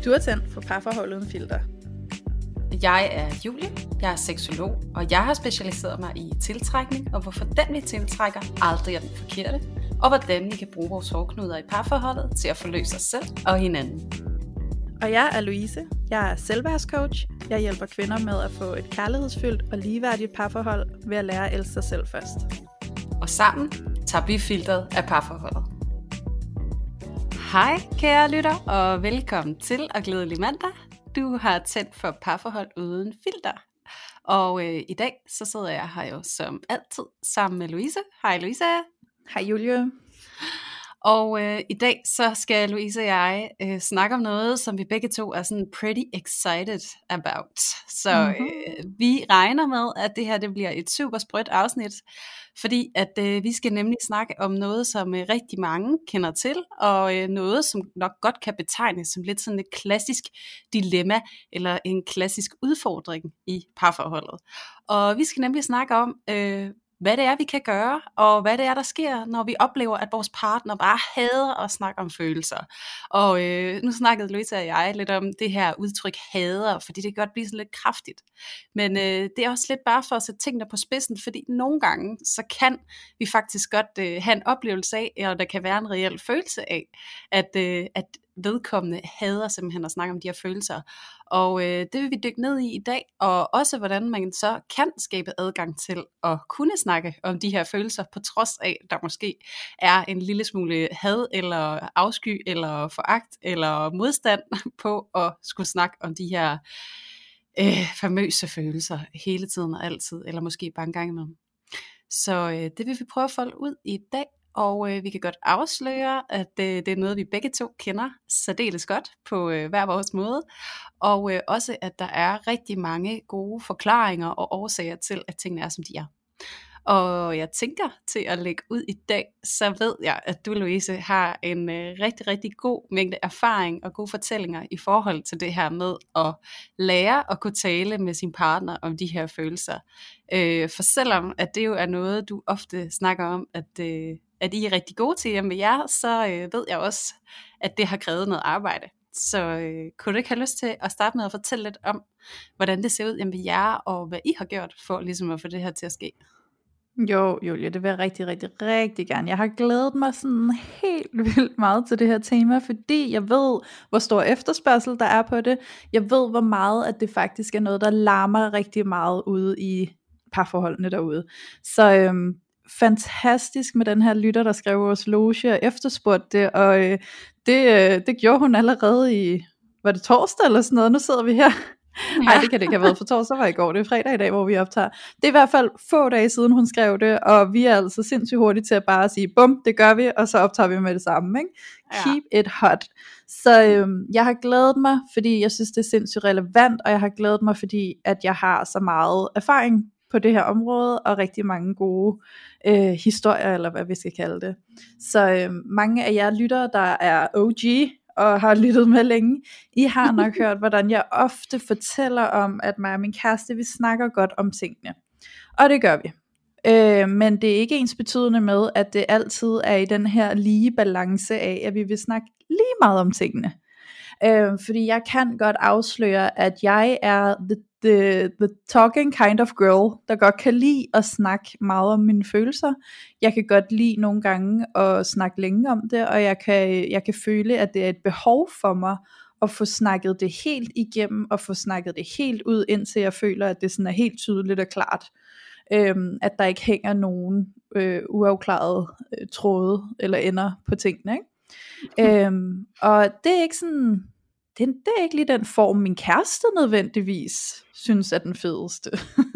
Du er tændt for parforhold uden filter. Jeg er Julie, jeg er seksolog, og jeg har specialiseret mig i tiltrækning, og hvorfor den vi tiltrækker aldrig er den forkerte, og hvordan vi kan bruge vores hårdknuder i parforholdet til at forløse os selv og hinanden. Og jeg er Louise, jeg er selvværdscoach. Jeg hjælper kvinder med at få et kærlighedsfyldt og ligeværdigt parforhold ved at lære at elske sig selv først. Og sammen tager vi filteret af parforholdet. Hej kære lytter, og velkommen til og glædelig mandag. Du har tændt for parforhold uden filter. Og i dag så sidder jeg her jo som altid sammen med Louise. Hej Louise. Hej Julie. Og i dag så skal Louise og jeg snakke om noget, som vi begge to er sådan pretty excited about. Så vi regner med, at det her det bliver et super sprødt afsnit, fordi at vi skal nemlig snakke om noget, som rigtig mange kender til, og noget, som nok godt kan betegnes som lidt sådan et klassisk dilemma, eller en klassisk udfordring i parforholdet. Og vi skal nemlig snakke om, hvad det er, vi kan gøre, og hvad det er, der sker, når vi oplever, at vores partner bare hader at snakke om følelser. Og nu snakkede Louise og jeg lidt om det her udtryk hader, fordi det kan godt blive sådan lidt kraftigt. Men det er også lidt bare for at sætte tingene på spidsen, fordi nogle gange, så kan vi faktisk godt have en oplevelse af, og der kan være en reel følelse af, at vedkommende hader simpelthen at snakke om de her følelser. Og det vil vi dykke ned i dag, og også hvordan man så kan skabe adgang til at kunne snakke om de her følelser, på trods af, der måske er en lille smule had, eller afsky, eller foragt, eller modstand på at skulle snakke om de her famøse følelser hele tiden og altid, eller måske bare en gang imellem. Så det vil vi prøve at folde ud i dag. Og vi kan godt afsløre, at det er noget, vi begge to kender særdeles godt på hver vores måde. Og også, at der er rigtig mange gode forklaringer og årsager til, at tingene er, som de er. Og jeg tænker til at lægge ud i dag, så ved jeg, at du, Louise, har en rigtig, rigtig god mængde erfaring og gode fortællinger i forhold til det her med at lære at kunne tale med sin partner om de her følelser. For selvom at det jo er noget, du ofte snakker om, at I er rigtig gode til hjemme ved jer, så ved jeg også, at det har krævet noget arbejde. Så kunne du ikke have lyst til at starte med at fortælle lidt om, hvordan det ser ud hjemme ved jer, og hvad I har gjort for ligesom at få det her til at ske? Jo, Julie, det vil jeg rigtig, rigtig, rigtig gerne. Jeg har glædet mig sådan helt vildt meget til det her tema, fordi jeg ved, hvor stor efterspørgsel der er på det. Jeg ved, hvor meget, at det faktisk er noget, der larmer rigtig meget ude i parforholdene derude. Så fantastisk med den her lytter, der skrev vores loge og efterspurgte det, og det gjorde hun allerede i, var det torsdag eller sådan noget? Nu sidder vi her. Nej, det kan det ikke have været, for torsdag var i går, det er fredag i dag, hvor vi optager. Det er i hvert fald få dage siden hun skrev det, og vi er altså sindssygt hurtige til at bare sige, bum, det gør vi, og så optager vi med det samme, ikke? Ja. Keep it hot. Så jeg har glædet mig, fordi jeg synes det er sindssygt relevant, og jeg har glædet mig, fordi at jeg har så meget erfaring på det her område, og rigtig mange gode historier, eller hvad vi skal kalde det. Så mange af jer lyttere, der er OG, og har lyttet med længe, I har nok hørt, hvordan jeg ofte fortæller om, at mig og min kæreste, vi snakker godt om tingene. Og det gør vi. Men det er ikke ensbetydende med, at det altid er i den her lige balance af, at vi vil snakke lige meget om tingene. Fordi jeg kan godt afsløre, at jeg er the talking kind of girl, der godt kan lide at snakke meget om mine følelser. Jeg kan godt lide nogle gange at snakke længe om det, og jeg kan føle, at det er et behov for mig at få snakket det helt igennem, og få snakket det helt ud, indtil jeg føler, at det sådan er helt tydeligt og klart. At der ikke hænger nogen uafklarede tråde eller ender på tingene, ikke? Og det er ikke sådan, det er ikke lige den form, min kæreste nødvendigvis synes er den fedeste.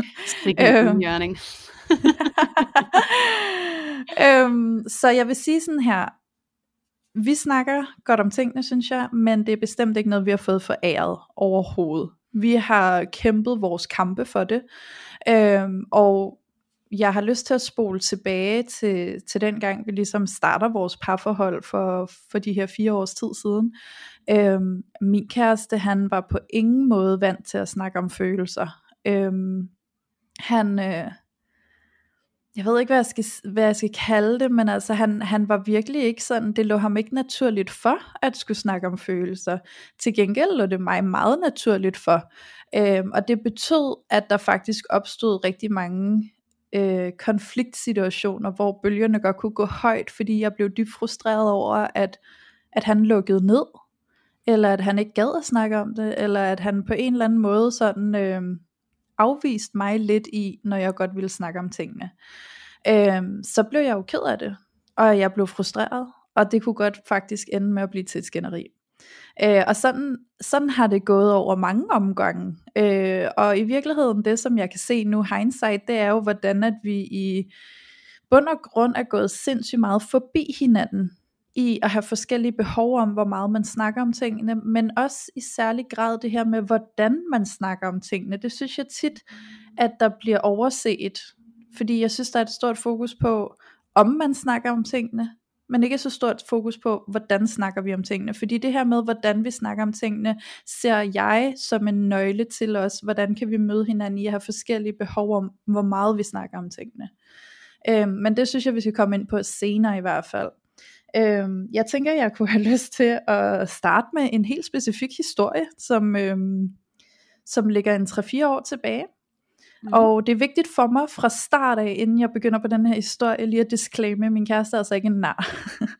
Så jeg vil sige sådan her, vi snakker godt om tingene, synes jeg, men det er bestemt ikke noget, vi har fået foræret overhovedet. Vi har kæmpet vores kampe for det, og jeg har lyst til at spole tilbage til den gang, vi ligesom starter vores parforhold for de her 4 års tid siden. Min kæreste, han var på ingen måde vant til at snakke om følelser. jeg ved ikke, hvad jeg skal kalde det, men altså han var virkelig ikke sådan, det lå ham ikke naturligt for, at skulle snakke om følelser. Til gengæld lå det mig meget naturligt for. Og det betød, at der faktisk opstod rigtig mange konfliktsituationer, hvor bølgerne godt kunne gå højt, fordi jeg blev dybt frustreret over, at han lukkede ned, eller at han ikke gad at snakke om det, eller at han på en eller anden måde sådan afviste mig lidt i, når jeg godt ville snakke om tingene. Så blev jeg jo ked af det, og jeg blev frustreret, og det kunne godt faktisk ende med at blive til et skænderi. Og sådan har det gået over mange omgange, og i virkeligheden det som jeg kan se nu hindsight, det er jo hvordan at vi i bund og grund er gået sindssygt meget forbi hinanden i at have forskellige behov om hvor meget man snakker om tingene, men også i særlig grad det her med hvordan man snakker om tingene. Det synes jeg tit at der bliver overset, fordi jeg synes der er et stort fokus på om man snakker om tingene, men ikke så stort fokus på, hvordan snakker vi om tingene. Fordi det her med, hvordan vi snakker om tingene, ser jeg som en nøgle til os, hvordan kan vi møde hinanden i at have forskellige behov om, hvor meget vi snakker om tingene. Men det synes jeg, vi skal komme ind på senere i hvert fald. Jeg tænker, jeg kunne have lyst til at starte med en helt specifik historie, som ligger en 3-4 år tilbage. Og det er vigtigt for mig fra start af, inden jeg begynder på den her historie, lige at disclaime, min kæreste er altså ikke en nar.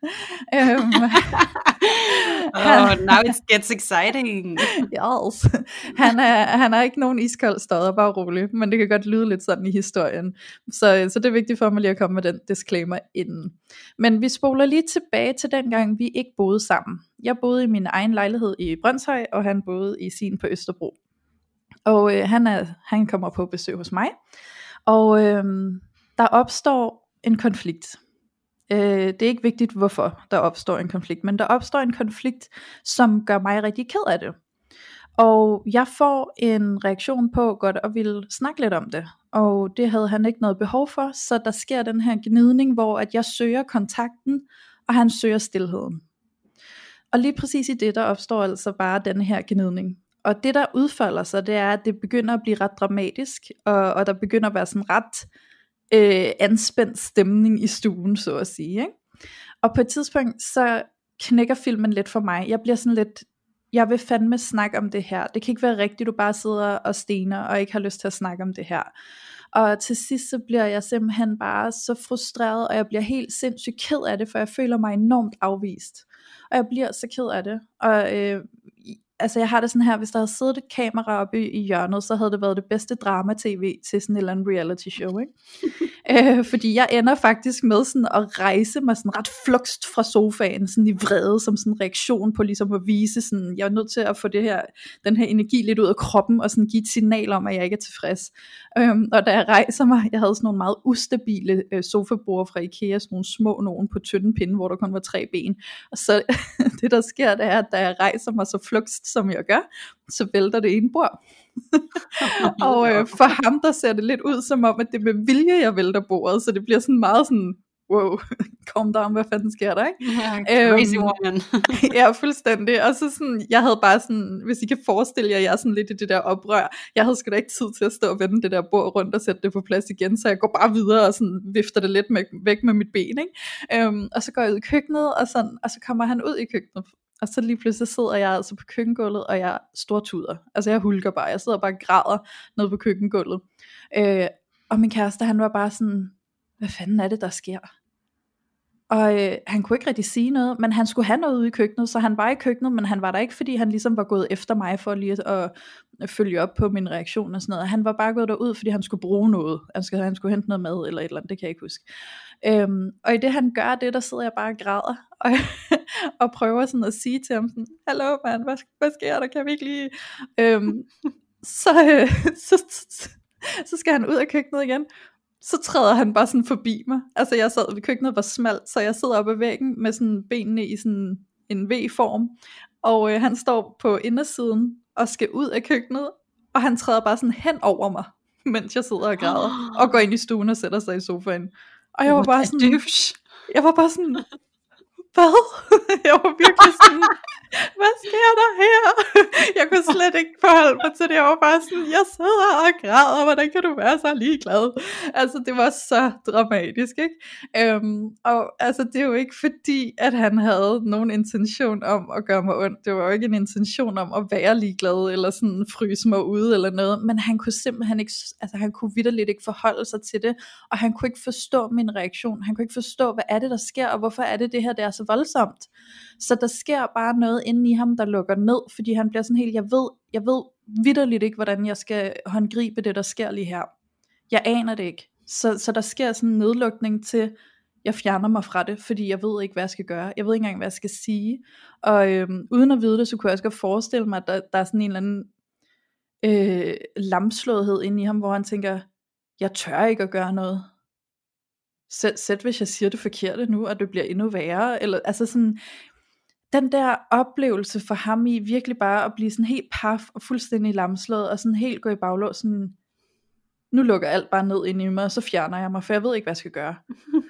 Now it gets exciting. Yes. Han er ikke nogen iskold stodder, bare rolig, men det kan godt lyde lidt sådan i historien. Så det er vigtigt for mig lige at komme med den disclaimer inden. Men vi spoler lige tilbage til den gang, vi ikke boede sammen. Jeg boede i min egen lejlighed i Brønshøj, og han boede i sin på Østerbro. Og han kommer på besøg hos mig, og der opstår en konflikt. Det er ikke vigtigt hvorfor der opstår en konflikt, men der opstår en konflikt, som gør mig rigtig ked af det. Og jeg får en reaktion på godt at ville snakke lidt om det, og det havde han ikke noget behov for, så der sker den her gnidning, hvor at jeg søger kontakten, og han søger stilheden. Og lige præcis i det, der opstår altså bare den her gnidning. Og det der udfolder sig, det er, at det begynder at blive ret dramatisk, og der begynder at være sådan ret anspændt stemning i stuen, så at sige. Ikke? Og på et tidspunkt, så knækker filmen lidt for mig. Jeg bliver sådan lidt, jeg vil fandme snakke om det her. Det kan ikke være rigtigt, du bare sidder og stener, og ikke har lyst til at snakke om det her. Og til sidst, så bliver jeg simpelthen bare så frustreret, og jeg bliver helt sindssygt ked af det, for jeg føler mig enormt afvist. Og jeg bliver så ked af det. Og altså jeg har det sådan her, hvis der havde siddet et kamera oppe i hjørnet, så havde det været det bedste drama-tv til sådan et eller andet reality show, ikke? Fordi jeg ender faktisk med sådan at rejse mig sådan ret flugst fra sofaen, sådan i vrede, som sådan en reaktion på ligesom at vise sådan, jeg er nødt til at få den her energi lidt ud af kroppen, og sådan give et signal om, at jeg ikke er tilfreds. Og da jeg rejser mig, jeg havde sådan nogle meget ustabile sofaborde fra IKEA, sådan nogle små nogen på tynde pinde, hvor der kun var 3 ben. Og så det der sker, det er, at da jeg rejser mig så flugst, som jeg gør, så vælter det ene bord. Og for ham, der ser det lidt ud som om, at det med vilje, jeg vælter bordet, så det bliver sådan meget sådan, wow, calm down, hvad fanden sker der, ikke? Yeah, crazy woman. Ja, fuldstændig. Og så sådan, jeg havde bare sådan, hvis I kan forestille jer, jeg er sådan lidt i det der oprør, jeg havde sgu da ikke tid til at stå og vende det der bord rundt og sætte det på plads igen, så jeg går bare videre og sådan vifter det lidt væk med mit ben, ikke? Og så går jeg ud i køkkenet, og så kommer han ud i køkkenet, og så lige pludselig sidder jeg altså på køkkengulvet, og jeg stortuder. Altså jeg hulker bare, jeg sidder bare og græder nede på køkkengulvet. Og min kæreste, han var bare sådan, hvad fanden er det, der sker? Og han kunne ikke rigtig sige noget, men han skulle have noget ude i køkkenet, så han var i køkkenet, men han var der ikke, fordi han ligesom var gået efter mig for lige at følge op på min reaktion og sådan noget. Han var bare gået derud, fordi han skulle bruge noget. Han skulle hente noget mad eller et eller andet, det kan jeg ikke huske. Og i det han gør det, der sidder jeg bare og græder, og prøver sådan at sige til ham sådan, hallo mand, hvad sker der, kan vi ikke lige... Så skal han ud af køkkenet igen. Så træder han bare sådan forbi mig. Altså jeg sad ved køkkenet, var smalt, så jeg sidder oppe ad væggen med sådan benene i sådan en V-form, og han står på indersiden og skal ud af køkkenet, og han træder bare sådan hen over mig, mens jeg sidder og græder, og går ind i stuen og sætter sig i sofaen. Og jeg var bare sådan, hvad? Jeg var virkelig sådan, hvad sker der her? Jeg kunne slet ikke forholde Så det var bare sådan, jeg sidder og græder, hvordan kan du være så ligeglad? Altså det var så dramatisk, ikke? Og altså det er jo ikke fordi, at han havde nogen intention om at gøre mig ondt. Det var jo ikke en intention om at være ligeglad, eller sådan fryse mig ude, eller noget. Men han kunne simpelthen ikke, altså han kunne vitterligt ikke forholde sig til det, og han kunne ikke forstå min reaktion. Han kunne ikke forstå, hvad er det, der sker, og hvorfor er det her, det er så voldsomt. Så der sker bare noget inde i ham, der lukker ned, fordi han bliver sådan helt, jeg ved vitterligt ikke, hvordan jeg skal håndgribe det, der sker lige her. Jeg aner det ikke. Så der sker sådan en nedlukning til, jeg fjerner mig fra det, fordi jeg ved ikke, hvad jeg skal gøre. Jeg ved ikke engang, hvad jeg skal sige. Og uden at vide det, så kunne jeg også godt forestille mig, at der er sådan en eller anden lamslåethed inde i ham, hvor han tænker, jeg tør ikke at gøre noget. Sæt hvis jeg siger det forkerte nu, og det bliver endnu værre. Eller, altså sådan, den der oplevelse for ham i virkelig bare at blive sådan helt paf og fuldstændig lamslået, og sådan helt gå i baglås, sådan, nu lukker alt bare ned ind i mig, og så fjerner jeg mig, for jeg ved ikke, hvad jeg skal gøre.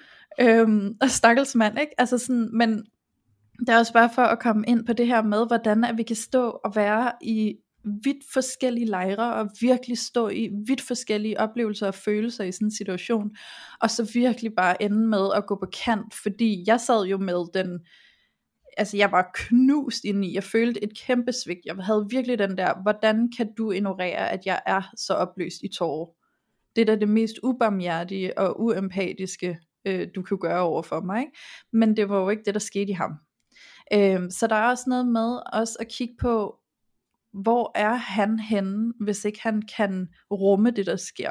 Og stakkels mand, ikke? Altså sådan, men det er også bare for at komme ind på det her med, hvordan at vi kan stå og være i vidt forskellige lejre, og virkelig stå i vidt forskellige oplevelser og følelser i sådan en situation, og så virkelig bare ende med at gå på kant, fordi jeg sad jo med den, altså jeg var knust indeni, jeg følte et kæmpe svigt, jeg havde virkelig den der, hvordan kan du ignorere, at jeg er så opløst i tårer? Det er da det mest ubarmhjertige og uempatiske, du kan gøre over for mig, ikke? Men det var jo ikke det, der skete i ham. Så der er også noget med også at kigge på, hvor er han henne, hvis ikke han kan rumme det, der sker.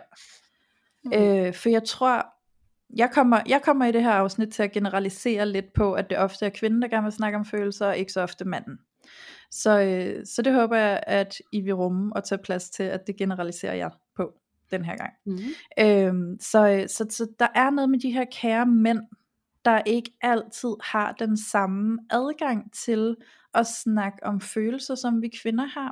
For jeg tror, jeg kommer i det her afsnit til at generalisere lidt på, at det ofte er kvinden, der gerne vil snakke om følelser, og ikke så ofte manden. Så det håber jeg, at I vil rumme og tage plads til, at det generaliserer jeg på den her gang. Så der er noget med de her kære mænd, der ikke altid har den samme adgang til at snakke om følelser, som vi kvinder har.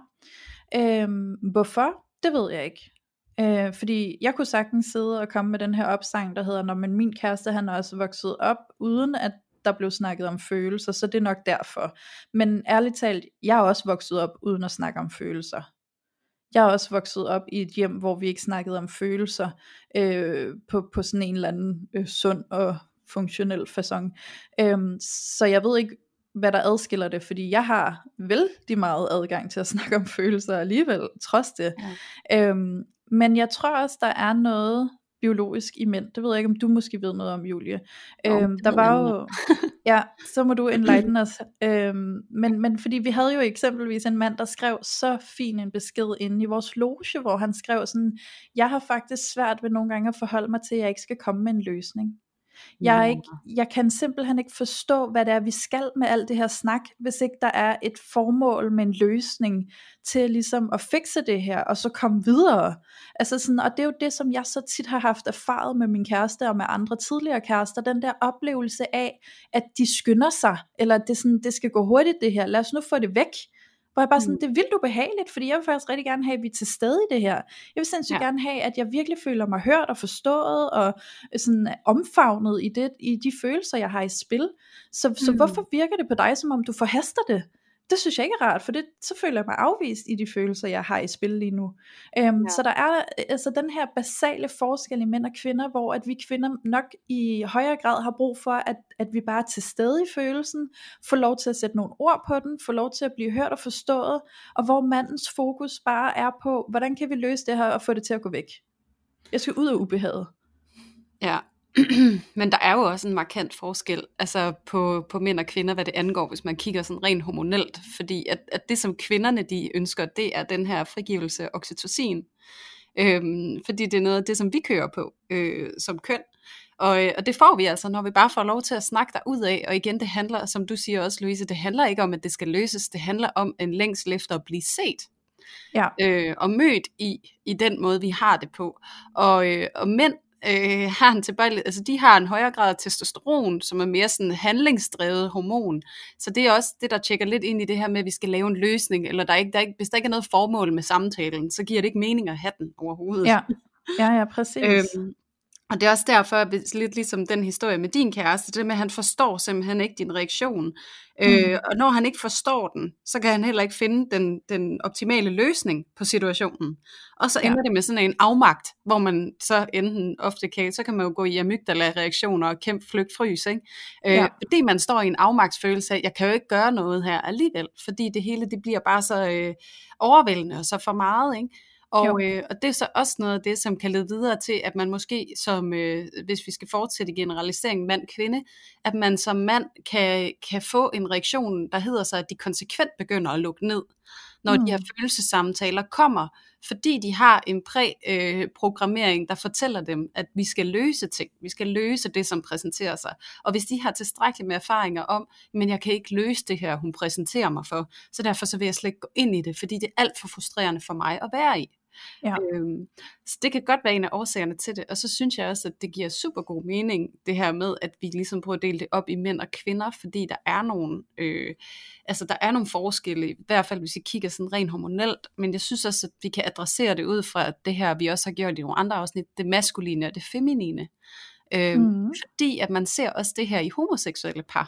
Hvorfor? Det ved jeg ikke. Fordi jeg kunne sagtens sidde og komme med den her opsang, der hedder, når min kæreste, han er også vokset op, uden at der blev snakket om følelser, så det er nok derfor. Men ærligt talt, jeg er også vokset op, uden at snakke om følelser. Jeg er også vokset op i et hjem, hvor vi ikke snakkede om følelser, på sådan en eller anden sund og funktionel facon. Så jeg ved ikke, hvad der adskiller det, fordi jeg har vældig meget adgang til at snakke om følelser alligevel, trods det. Ja. Men jeg tror også, der er noget biologisk i mænd. Det ved jeg ikke, om du måske ved noget om, Julie. Der var jo, ja, så må du enlighten os. Men fordi vi havde jo eksempelvis en mand, der skrev så fin en besked inde i vores loge, hvor han skrev sådan, jeg har faktisk svært ved nogle gange at forholde mig til, at jeg ikke skal komme med en løsning. Jeg kan simpelthen ikke forstå, hvad det er, vi skal med alt det her snak, hvis ikke der er et formål med en løsning til ligesom at fikse det her, og så komme videre. Altså sådan, og det er jo det, som jeg så tit har haft erfaret med min kæreste og med andre tidligere kærester, den der oplevelse af, at de skynder sig, eller det, sådan, det skal gå hurtigt det her, lad os nu få det væk. Hvor jeg bare sådan, det er vildt ubehageligt, fordi jeg vil faktisk rigtig gerne have, at vi er til stede i det her. Jeg vil sindssygt gerne have, at jeg virkelig føler mig hørt og forstået, og sådan omfavnet i de følelser, jeg har i spil. Så hvorfor virker det på dig, som om du forhaster det? Det synes jeg ikke er rart, for så føler jeg mig afvist i de følelser, jeg har i spil lige nu. Så der er altså den her basale forskel i mænd og kvinder, hvor at vi kvinder nok i højere grad har brug for, at vi bare er til stede i følelsen, får lov til at sætte nogle ord på den, får lov til at blive hørt og forstået, og hvor mandens fokus bare er på, hvordan kan vi løse det her og få det til at gå væk. Jeg skal ud af ubehaget. Ja. Men der er jo også en markant forskel altså på mænd og kvinder, hvad det angår, hvis man kigger sådan rent hormonelt, fordi at det som kvinderne de ønsker, det er den her frigivelse af oxytocin, fordi det er noget af det, som vi kører på som køn, og det får vi altså, når vi bare får lov til at snakke derud af, og igen, det handler, som du siger også, Louise, det handler ikke om, at det skal løses, det handler om en længsel efter at blive set, og mødt i den måde, vi har det på, og mænd, har en tilbøjelighed, altså de har en højere grad af testosteron, som er mere sådan handlingsdrevet hormon, så det er også det, der tjekker lidt ind i det her med, at vi skal lave en løsning, eller hvis der ikke er noget formål med samtalen, så giver det ikke mening at have den overhovedet. Ja præcis. Og det er også derfor, at lidt ligesom den historie med din kæreste, det med, at han forstår simpelthen ikke din reaktion. Og når han ikke forstår den, så kan han heller ikke finde den optimale løsning på situationen. Og så ender det med sådan en afmagt, hvor man så enten ofte så kan man jo gå i amygdala-reaktioner og kæmpe flygt frys, ikke? Fordi man står i en afmagtsfølelse af, jeg kan jo ikke gøre noget her alligevel, fordi det hele det bliver bare så overvældende og så for meget, ikke? Og det er så også noget af det, som kan lede videre til, at man måske som, hvis vi skal fortsætte generalisering mand-kvinde, at man som mand kan få en reaktion, der hedder sig, at de konsekvent begynder at lukke ned, når de her følelsessamtaler kommer, fordi de har en præprogrammering, der fortæller dem, at vi skal løse ting, vi skal løse det, som præsenterer sig. Og hvis de har tilstrækkeligt med erfaringer om, men jeg kan ikke løse det her, hun præsenterer mig for, så derfor så vil jeg slet ikke gå ind i det, fordi det er alt for frustrerende for mig at være i. Ja. Så det kan godt være en af årsagerne til det. Og så synes jeg også, at det giver super god mening, det her med, at vi ligesom prøver at dele det op i mænd og kvinder, fordi der er nogle forskelle, i hvert fald hvis vi kigger sådan rent hormonelt, men jeg synes også, at vi kan adressere det ud fra det her, vi også har gjort i nogle andre afsnit, det maskuline og det feminine. Fordi at man ser også det her i homoseksuelle par.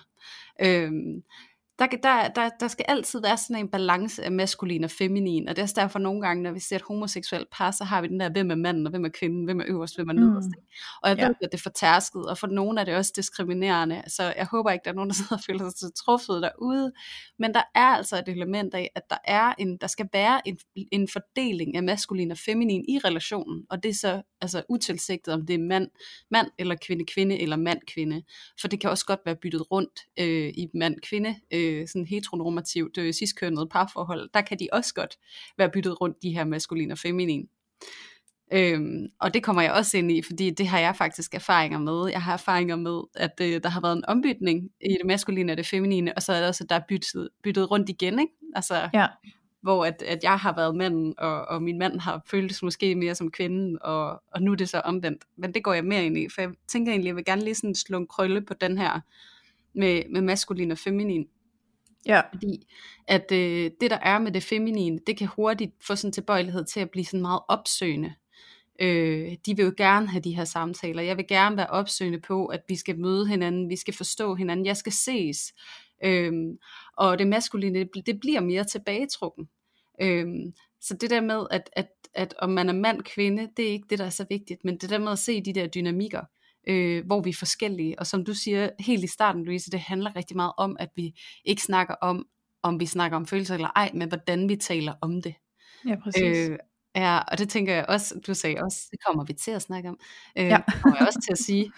Der skal altid være sådan en balance af maskulin og feminin, og det er også derfor nogle gange, når vi ser et homoseksuelt par, så har vi den der, hvem er manden, og hvem er kvinden, hvem er øverst, hvem er nederst. Og jeg ved, at det er fortærsket, og for nogle er det også diskriminerende, så jeg håber ikke, der er nogen, der sidder og føler sig truffet derude, men der er altså et element af, at der skal være en fordeling af maskulin og feminin i relationen, og det er så altså utilsigtet, om det er mand eller kvinde eller mand-kvinde, for det kan også godt være byttet rundt i mand-kvinde, sådan heteronormativt cis-kønnet parforhold, der kan de også godt være byttet rundt, de her maskulin og feminin. Og det kommer jeg også ind i, fordi det har jeg faktisk erfaringer med. Jeg har erfaringer med, at der har været en ombytning i det maskuline og det feminine, og så er det også, at der er byttet rundt igen, ikke? Altså, hvor at jeg har været manden, og min mand har føltes måske mere som kvinden, og nu er det så omvendt. Men det går jeg mere ind i, for jeg tænker egentlig, jeg vil gerne lige sådan slå en krølle på den her med maskulin og feminin. Ja. Fordi at det der er med det feminine, det kan hurtigt få sådan en tilbøjelighed til at blive sådan meget opsøgende. De vil jo gerne have de her samtaler. Jeg vil gerne være opsøgende på, at vi skal møde hinanden, vi skal forstå hinanden, jeg skal ses. Og det maskuline, det bliver mere tilbagetrukken. Så det der med, at om man er mand-kvinde, det er ikke det, der er så vigtigt, men det der med at se de der dynamikker, hvor vi er forskellige, og som du siger helt i starten, Louise, det handler rigtig meget om, at vi ikke snakker om vi snakker om følelser eller ej, men hvordan vi taler om det. Ja, præcis. Ja, og det tænker jeg også, du sagde også, det kommer vi til at snakke om. Det kommer jeg også til at sige.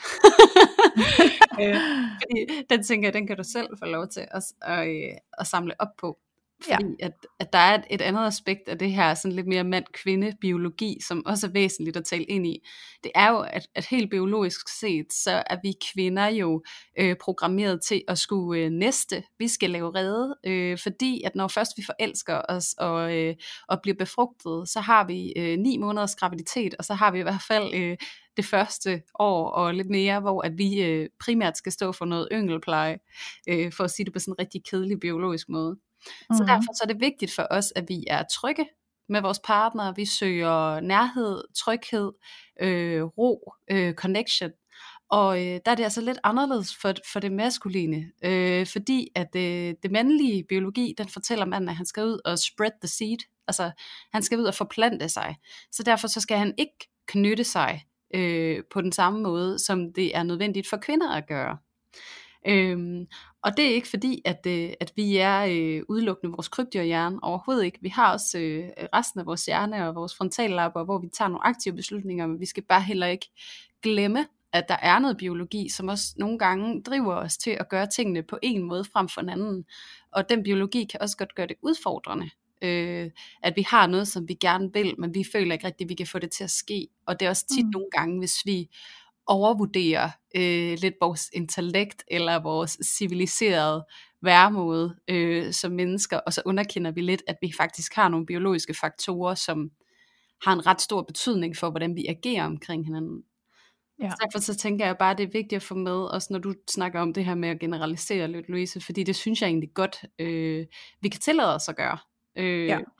Fordi den tænker jeg, den kan du selv få lov til at samle op på. Fordi at der er et andet aspekt af det her sådan lidt mere mand-kvinde biologi, som også er væsentligt at tale ind i. Det er jo, at helt biologisk set, så er vi kvinder jo programmeret til at skulle næste. Vi skal lave rede, fordi at når først vi forelsker os og bliver befrugtet, så har vi 9 måneders graviditet, og så har vi i hvert fald det første år og lidt mere, hvor at vi primært skal stå for noget yngelpleje, for at sige det på sådan en rigtig kedelig biologisk måde. Så derfor så er det vigtigt for os, at vi er trygge med vores partnere. Vi søger nærhed, tryghed, ro, connection. Og der er det altså lidt anderledes for det maskuline. Fordi at det mandlige biologi, den fortæller manden, at han skal ud og spread the seed. Altså han skal ud og forplante sig. Så derfor så skal han ikke knytte sig på den samme måde, som det er nødvendigt for kvinder at gøre. Og det er ikke fordi, at vi er udelukkende vores krybdyrhjerne, overhovedet ikke. Vi har også resten af vores hjerne og vores frontallapper, hvor vi tager nogle aktive beslutninger, men vi skal bare heller ikke glemme, at der er noget biologi, som også nogle gange driver os til at gøre tingene på en måde frem for en anden. Og den biologi kan også godt gøre det udfordrende. At vi har noget, som vi gerne vil, men vi føler ikke rigtigt, at vi kan få det til at ske. Og det er også tit nogle gange, hvis vi overvurderer lidt vores intellekt eller vores civiliserede væremåde som mennesker, og så underkender vi lidt, at vi faktisk har nogle biologiske faktorer, som har en ret stor betydning for, hvordan vi agerer omkring hinanden. Ja. Så derfor så tænker jeg bare, det er vigtigt at få med, også når du snakker om det her med at generalisere lidt, Louise, fordi det synes jeg egentlig godt, vi kan tillade os at gøre.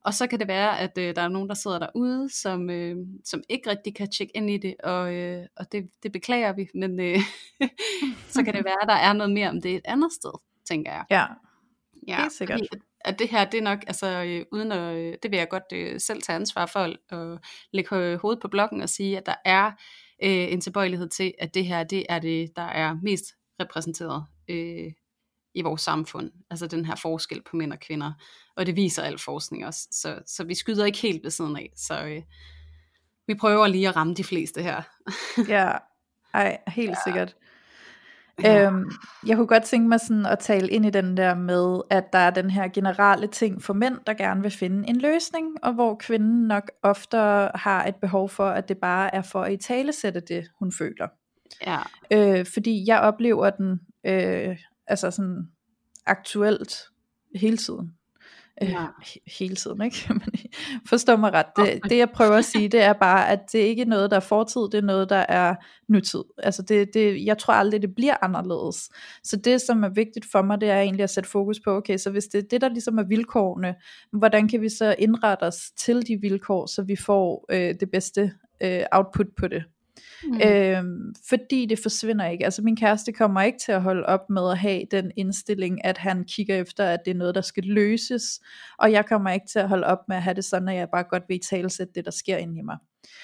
Og så kan det være, at der er nogen, der sidder derude, som ikke rigtig kan tjekke ind i det, og det beklager vi, men så kan det være, at der er noget mere om det et andet sted, tænker jeg. Ja, Ja, helt sikkert. fordi at det her, det er nok, altså uden at, det vil jeg godt selv tage ansvar for, at lægge hovedet på blokken og sige, at der er en tilbøjelighed til, at det her, det er det, der er mest repræsenteret i vores samfund, altså den her forskel på mænd og kvinder, og det viser al forskning også, så vi skyder ikke helt ved siden af, så vi prøver lige at ramme de fleste her. Ja, helt Ja. sikkert. Ja. Jeg kunne godt tænke mig sådan at tale ind i den der med, at der er den her generelle ting for mænd, der gerne vil finde en løsning, og hvor kvinden nok ofte har et behov for, at det bare er for at italesætte det, hun føler. Ja. Fordi jeg oplever den altså sådan aktuelt hele tiden. Ja. Hele tiden, ikke? Men forstå mig ret. Det jeg prøver at sige, det er bare, at det ikke er noget, der er fortid, det er noget, der er nutid. Altså jeg tror aldrig, det bliver anderledes. Så det, som er vigtigt for mig, det er egentlig at sætte fokus på, okay, så hvis det er det, der ligesom er vilkårene, hvordan kan vi så indrette os til de vilkår, så vi får det bedste output på det. Fordi det forsvinder ikke. Altså min kæreste kommer ikke til at holde op med at have den indstilling, at han kigger efter, at det er noget, der skal løses, og jeg kommer ikke til at holde op med at have det sådan, at jeg bare godt vil italesætte det, der sker inde i mig.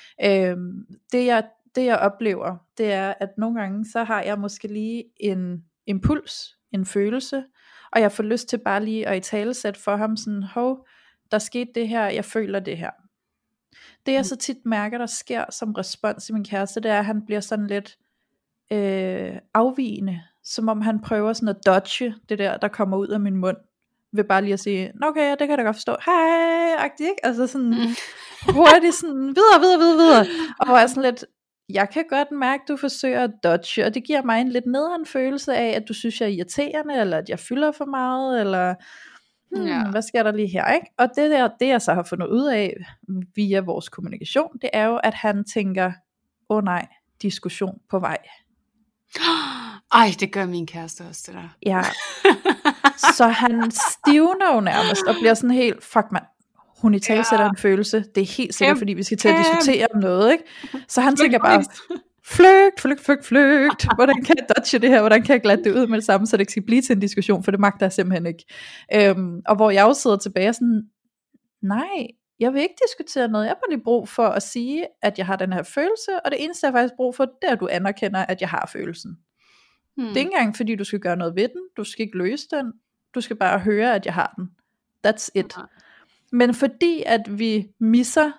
Det jeg oplever, det er, at nogle gange, så har jeg måske lige en impuls, en følelse, og jeg får lyst til bare lige at italesætte for ham sådan, hov, der skete det her, jeg føler det her. Det jeg så tit mærker, der sker som respons i min kæreste, det er, at han bliver sådan lidt afvigende, som om han prøver sådan at dodge det der kommer ud af min mund, ved bare lige at sige, okay, ja, det kan jeg da godt forstå, hej-agtigt, ikke? Altså sådan hurtigt sådan, videre, og hvor jeg sådan lidt, jeg kan godt mærke, at du forsøger at dodge, og det giver mig en lidt nederen følelse af, at du synes, jeg er irriterende, eller at jeg fylder for meget, eller hvad sker der lige her, ikke? Og det jeg så har fundet ud af via vores kommunikation, det er jo, at han tænker, nej, diskussion på vej. Ej, det gør min kæreste også, det der. Ja. Så han stivner jo nærmest, og bliver sådan helt, fuck mand, hun italesætter en følelse, det er helt sikkert, fordi vi skal til at diskutere om noget, ikke? Så han tænker bare, flygt, hvordan kan jeg dodge det her, hvordan kan jeg glatte det ud med det samme, så det ikke skal blive til en diskussion, for det magter jeg simpelthen ikke. Og hvor jeg jo sidder tilbage sådan, nej, jeg vil ikke diskutere noget, jeg har bare lige brug for at sige, at jeg har den her følelse, og det eneste jeg faktisk brug for, det er, at du anerkender, at jeg har følelsen. Det er ikke engang fordi, du skal gøre noget ved den, du skal ikke løse den, du skal bare høre, at jeg har den. That's it. Men fordi at vi misser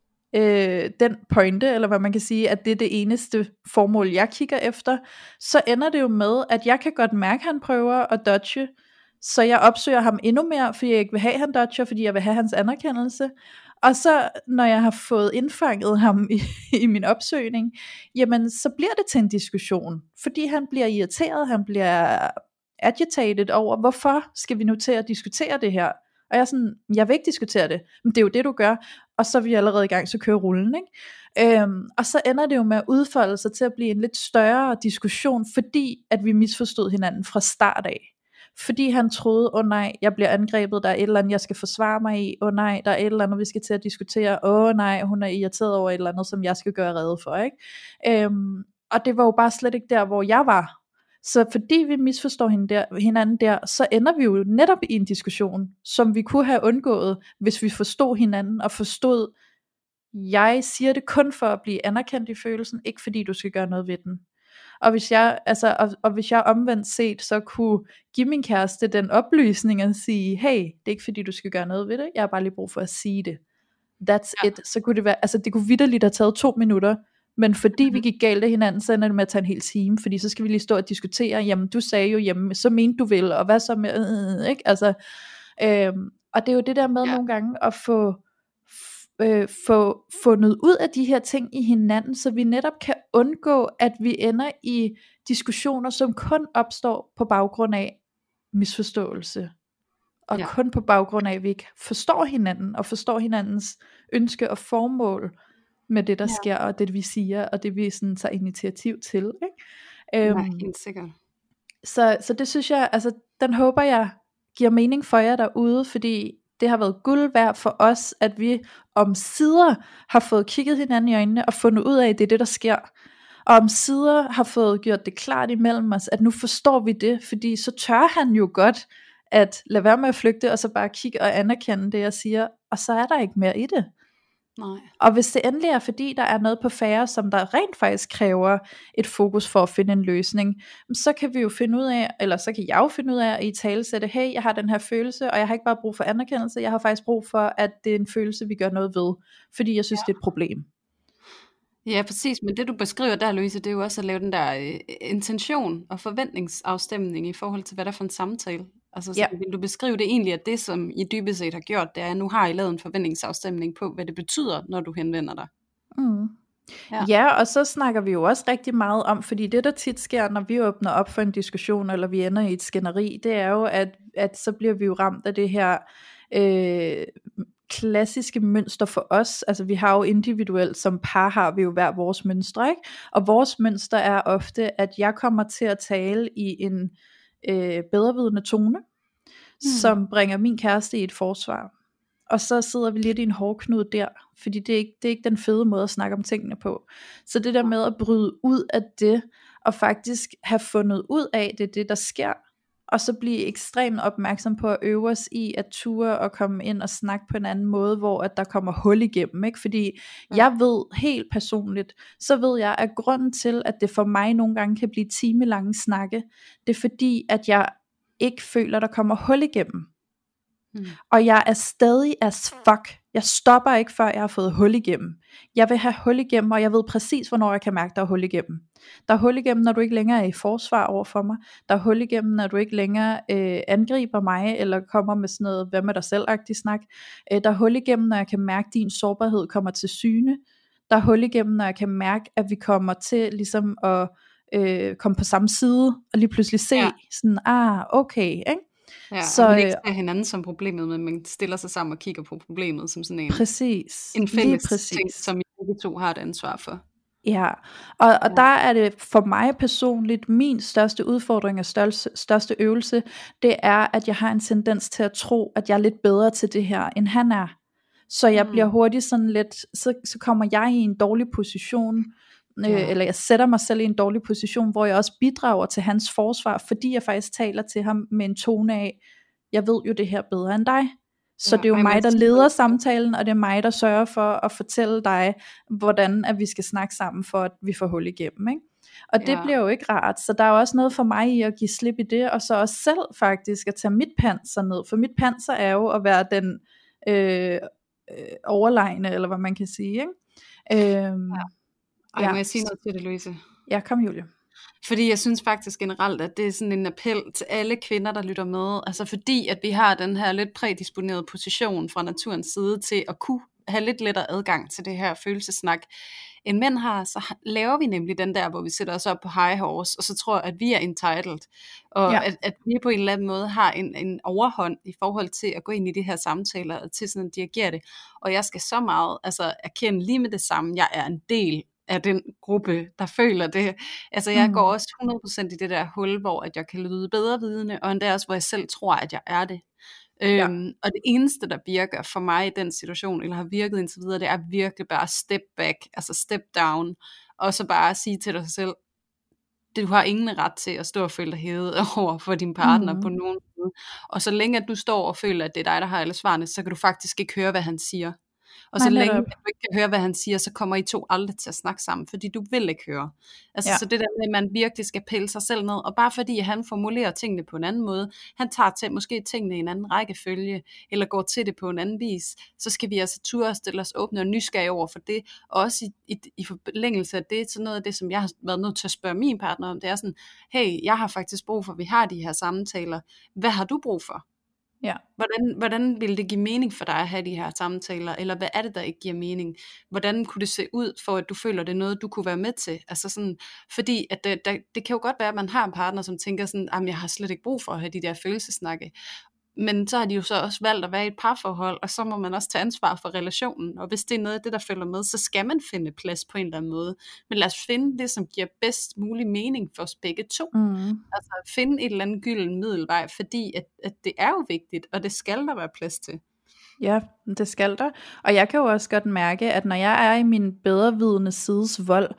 den pointe, eller hvad man kan sige, at det er det eneste formål, jeg kigger efter, så ender det jo med, at jeg kan godt mærke, at han prøver at dodge, så jeg opsøger ham endnu mere, fordi jeg ikke vil have, at han dodger, fordi jeg vil have hans anerkendelse. Og så, når jeg har fået indfanget ham i min opsøgning, jamen, så bliver det til en diskussion, fordi han bliver irriteret, han bliver agitated over, hvorfor skal vi nu til at diskutere det her? Og jeg er sådan, jeg vil ikke diskutere det, men det er jo det, du gør, og så er vi allerede i gang, så kører rullen, ikke? Og så ender det jo med at udfolde sig til at blive en lidt større diskussion, fordi at vi misforstod hinanden fra start af. Fordi han troede, nej, jeg bliver angrebet, der er et eller andet, jeg skal forsvare mig i, nej, der er et eller andet, vi skal til at diskutere, nej, hun er irriteret over et eller andet, som jeg skal gøre rede for, ikke? Og det var jo bare slet ikke der, hvor jeg var. Så fordi vi misforstår hinanden der, så ender vi jo netop i en diskussion, som vi kunne have undgået, hvis vi forstod hinanden og forstod, jeg siger det kun for at blive anerkendt i følelsen, ikke fordi du skal gøre noget ved den. Og hvis jeg omvendt set, så kunne give min kæreste den oplysning og sige, hey, det er ikke fordi du skal gøre noget ved det, jeg har bare lige brug for at sige det. That's it. Så kunne det være, altså det kunne vitterligt have taget 2 minutter, men fordi vi gik galt af hinanden, så ender det med at tage en hel time, fordi så skal vi lige stå og diskutere, jamen du sagde jo, jamen så mente du vel, og hvad så med, ikke? Altså, og det er jo det der med nogle gange at få fundet ud af de her ting i hinanden, så vi netop kan undgå, at vi ender i diskussioner, som kun opstår på baggrund af misforståelse, og kun på baggrund af, at vi ikke forstår hinanden, og forstår hinandens ønske og formål, med det der sker, og det vi siger, og det vi sådan tager initiativ til, ikke? Helt sikkert. Så det synes jeg, altså den håber jeg giver mening for jer derude, fordi Det har været guld værd for os, at vi omsider har fået kigget hinanden i øjnene og fundet ud af, at det er det, der sker. Og omsider har fået gjort det klart imellem os, at nu forstår vi det, fordi så tør han jo godt at lade være med at flygte, og så bare kigge og anerkende det, jeg siger, og så er der ikke mere i det. Nej. Og hvis det endelig er fordi, der er noget på færre, som der rent faktisk kræver et fokus for at finde en løsning, så kan vi jo finde ud af, eller så kan jeg jo finde ud af at italesætte, hey, jeg har den her følelse, og jeg har ikke bare brug for anerkendelse, jeg har faktisk brug for, at det er en følelse, vi gør noget ved, fordi jeg synes, det er et problem. Ja, præcis, men det du beskriver der, Louise, det er jo også at lave den der intention og forventningsafstemning i forhold til, hvad der er for en samtale. Altså, så vil du beskrive det egentlig, at det, som I dybest set har gjort, det er, at nu har I lavet en forventningsafstemning på, hvad det betyder, når du henvender dig. Mm. Ja, og så snakker vi jo også rigtig meget om, fordi det der tit sker, når vi åbner op for en diskussion, eller vi ender i et skænderi, det er jo, at så bliver vi jo ramt af det her klassiske mønster for os. Altså vi har jo individuelt, som par har vi jo hver vores mønstre, ikke? Og vores mønster er ofte, at jeg kommer til at tale i en bedrevidende tone, som bringer min kæreste i et forsvar. Og så sidder vi lidt i en hårdknude der, fordi det er ikke den fede måde at snakke om tingene på. Så det der med at bryde ud af det, og faktisk have fundet ud af det der sker, og så blive ekstremt opmærksom på at øve os i at ture og komme ind og snakke på en anden måde, hvor at der kommer hul igennem, ikke? Fordi jeg ved helt personligt, så ved jeg, at grunden til, at det for mig nogle gange kan blive timelange snakke, det er fordi, at jeg ikke føler, der kommer hul igennem. Og jeg er stadig as fuck. Jeg stopper ikke, før jeg har fået hul igennem. Jeg vil have hul igennem, og jeg ved præcis, hvornår jeg kan mærke, der er hul igennem. Der er hul igennem, når du ikke længere er i forsvar over for mig. Der er hul igennem, når du ikke længere angriber mig, eller kommer med sådan noget, hvad med dig selv-agtig snak. Der er hul igennem, når jeg kan mærke, at din sårbarhed kommer til syne. Der er hul igennem, når jeg kan mærke, at vi kommer til ligesom at komme på samme side, og lige pludselig se sådan, okay, ikke? Ja, så man ikke ser hinanden som problemet, men man stiller sig sammen og kigger på problemet som sådan en fælles ting, som I begge to har et ansvar for. Ja, og der er det for mig personligt, min største udfordring og største øvelse, det er, at jeg har en tendens til at tro, at jeg er lidt bedre til det her, end han er. Så jeg bliver hurtigt sådan lidt, så kommer jeg i en dårlig position, eller jeg sætter mig selv i en dårlig position, hvor jeg også bidrager til hans forsvar, fordi jeg faktisk taler til ham med en tone af, jeg ved jo det her bedre end dig. Så det er jo mig, der leder samtalen, og det er mig, der sørger for at fortælle dig, hvordan at vi skal snakke sammen, for at vi får hul igennem, ikke? Og det bliver jo ikke rart, så der er jo også noget for mig i at give slip i det, og så også selv faktisk at tage mit panser ned, for mit panser er jo at være den overlegne, eller hvad man kan sige, ikke? Må jeg sige noget til det, Louise? Ja, kom Julie. Fordi jeg synes faktisk generelt, at det er sådan en appel til alle kvinder, der lytter med. Altså fordi, at vi har den her lidt prædisponerede position fra naturens side til at kunne have lidt lettere adgang til det her følelsesnak, end mænd har, så laver vi nemlig den der, hvor vi sætter os op på high horse, og så tror at vi er entitled, og at vi på en eller anden måde har en overhånd i forhold til at gå ind i de her samtaler, og til sådan at dirigere det. Og jeg skal så meget erkende lige med det samme, jeg er en del af den gruppe, der føler det. Altså jeg går også 100% i det der hul, hvor at jeg kan lyde bedre vidende, og endda også, hvor jeg selv tror, at jeg er det. Og det eneste, der virker for mig i den situation, eller har virket indtil videre, det er virkelig bare step back, altså step down, og så bare sige til dig selv, du har ingen ret til at stå og føle dig hævet over for din partner på nogen måde. Og så længe at du står og føler, at det er dig, der har alle svarene, så kan du faktisk ikke høre, hvad han siger. Og så længe du ikke kan høre, hvad han siger, så kommer I to aldrig til at snakke sammen, fordi du vil ikke høre. Altså så det der med, at man virkelig skal pille sig selv ned, og bare fordi han formulerer tingene på en anden måde, han tager måske tingene i en anden rækkefølge, eller går til det på en anden vis, så skal vi altså turde stille os åbne og nysgerrige over for det, og også i forlængelse af det, så noget af det, som jeg har været nødt til at spørge min partner om, det er sådan, hey, jeg har faktisk brug for, at vi har de her samtaler, hvad har du brug for? Ja. Hvordan ville det give mening for dig at have de her samtaler, eller hvad er det, der ikke giver mening? Hvordan kunne det se ud, for at du føler, det er noget, du kunne være med til? Altså sådan, fordi at det kan jo godt være, at man har en partner, som tænker sådan, jamen jeg har slet ikke brug for at have de der følelsesnakke. Men så har de jo så også valgt at være i et parforhold, og så må man også tage ansvar for relationen. Og hvis det er noget af det, der følger med, så skal man finde plads på en eller anden måde. Men lad os finde det, som giver bedst mulig mening for os begge to. Altså finde et eller andet gylden middelvej, fordi at det er jo vigtigt, og det skal der være plads til. Ja, det skal der. Og jeg kan jo også godt mærke, at når jeg er i min bedrevidende sides vold,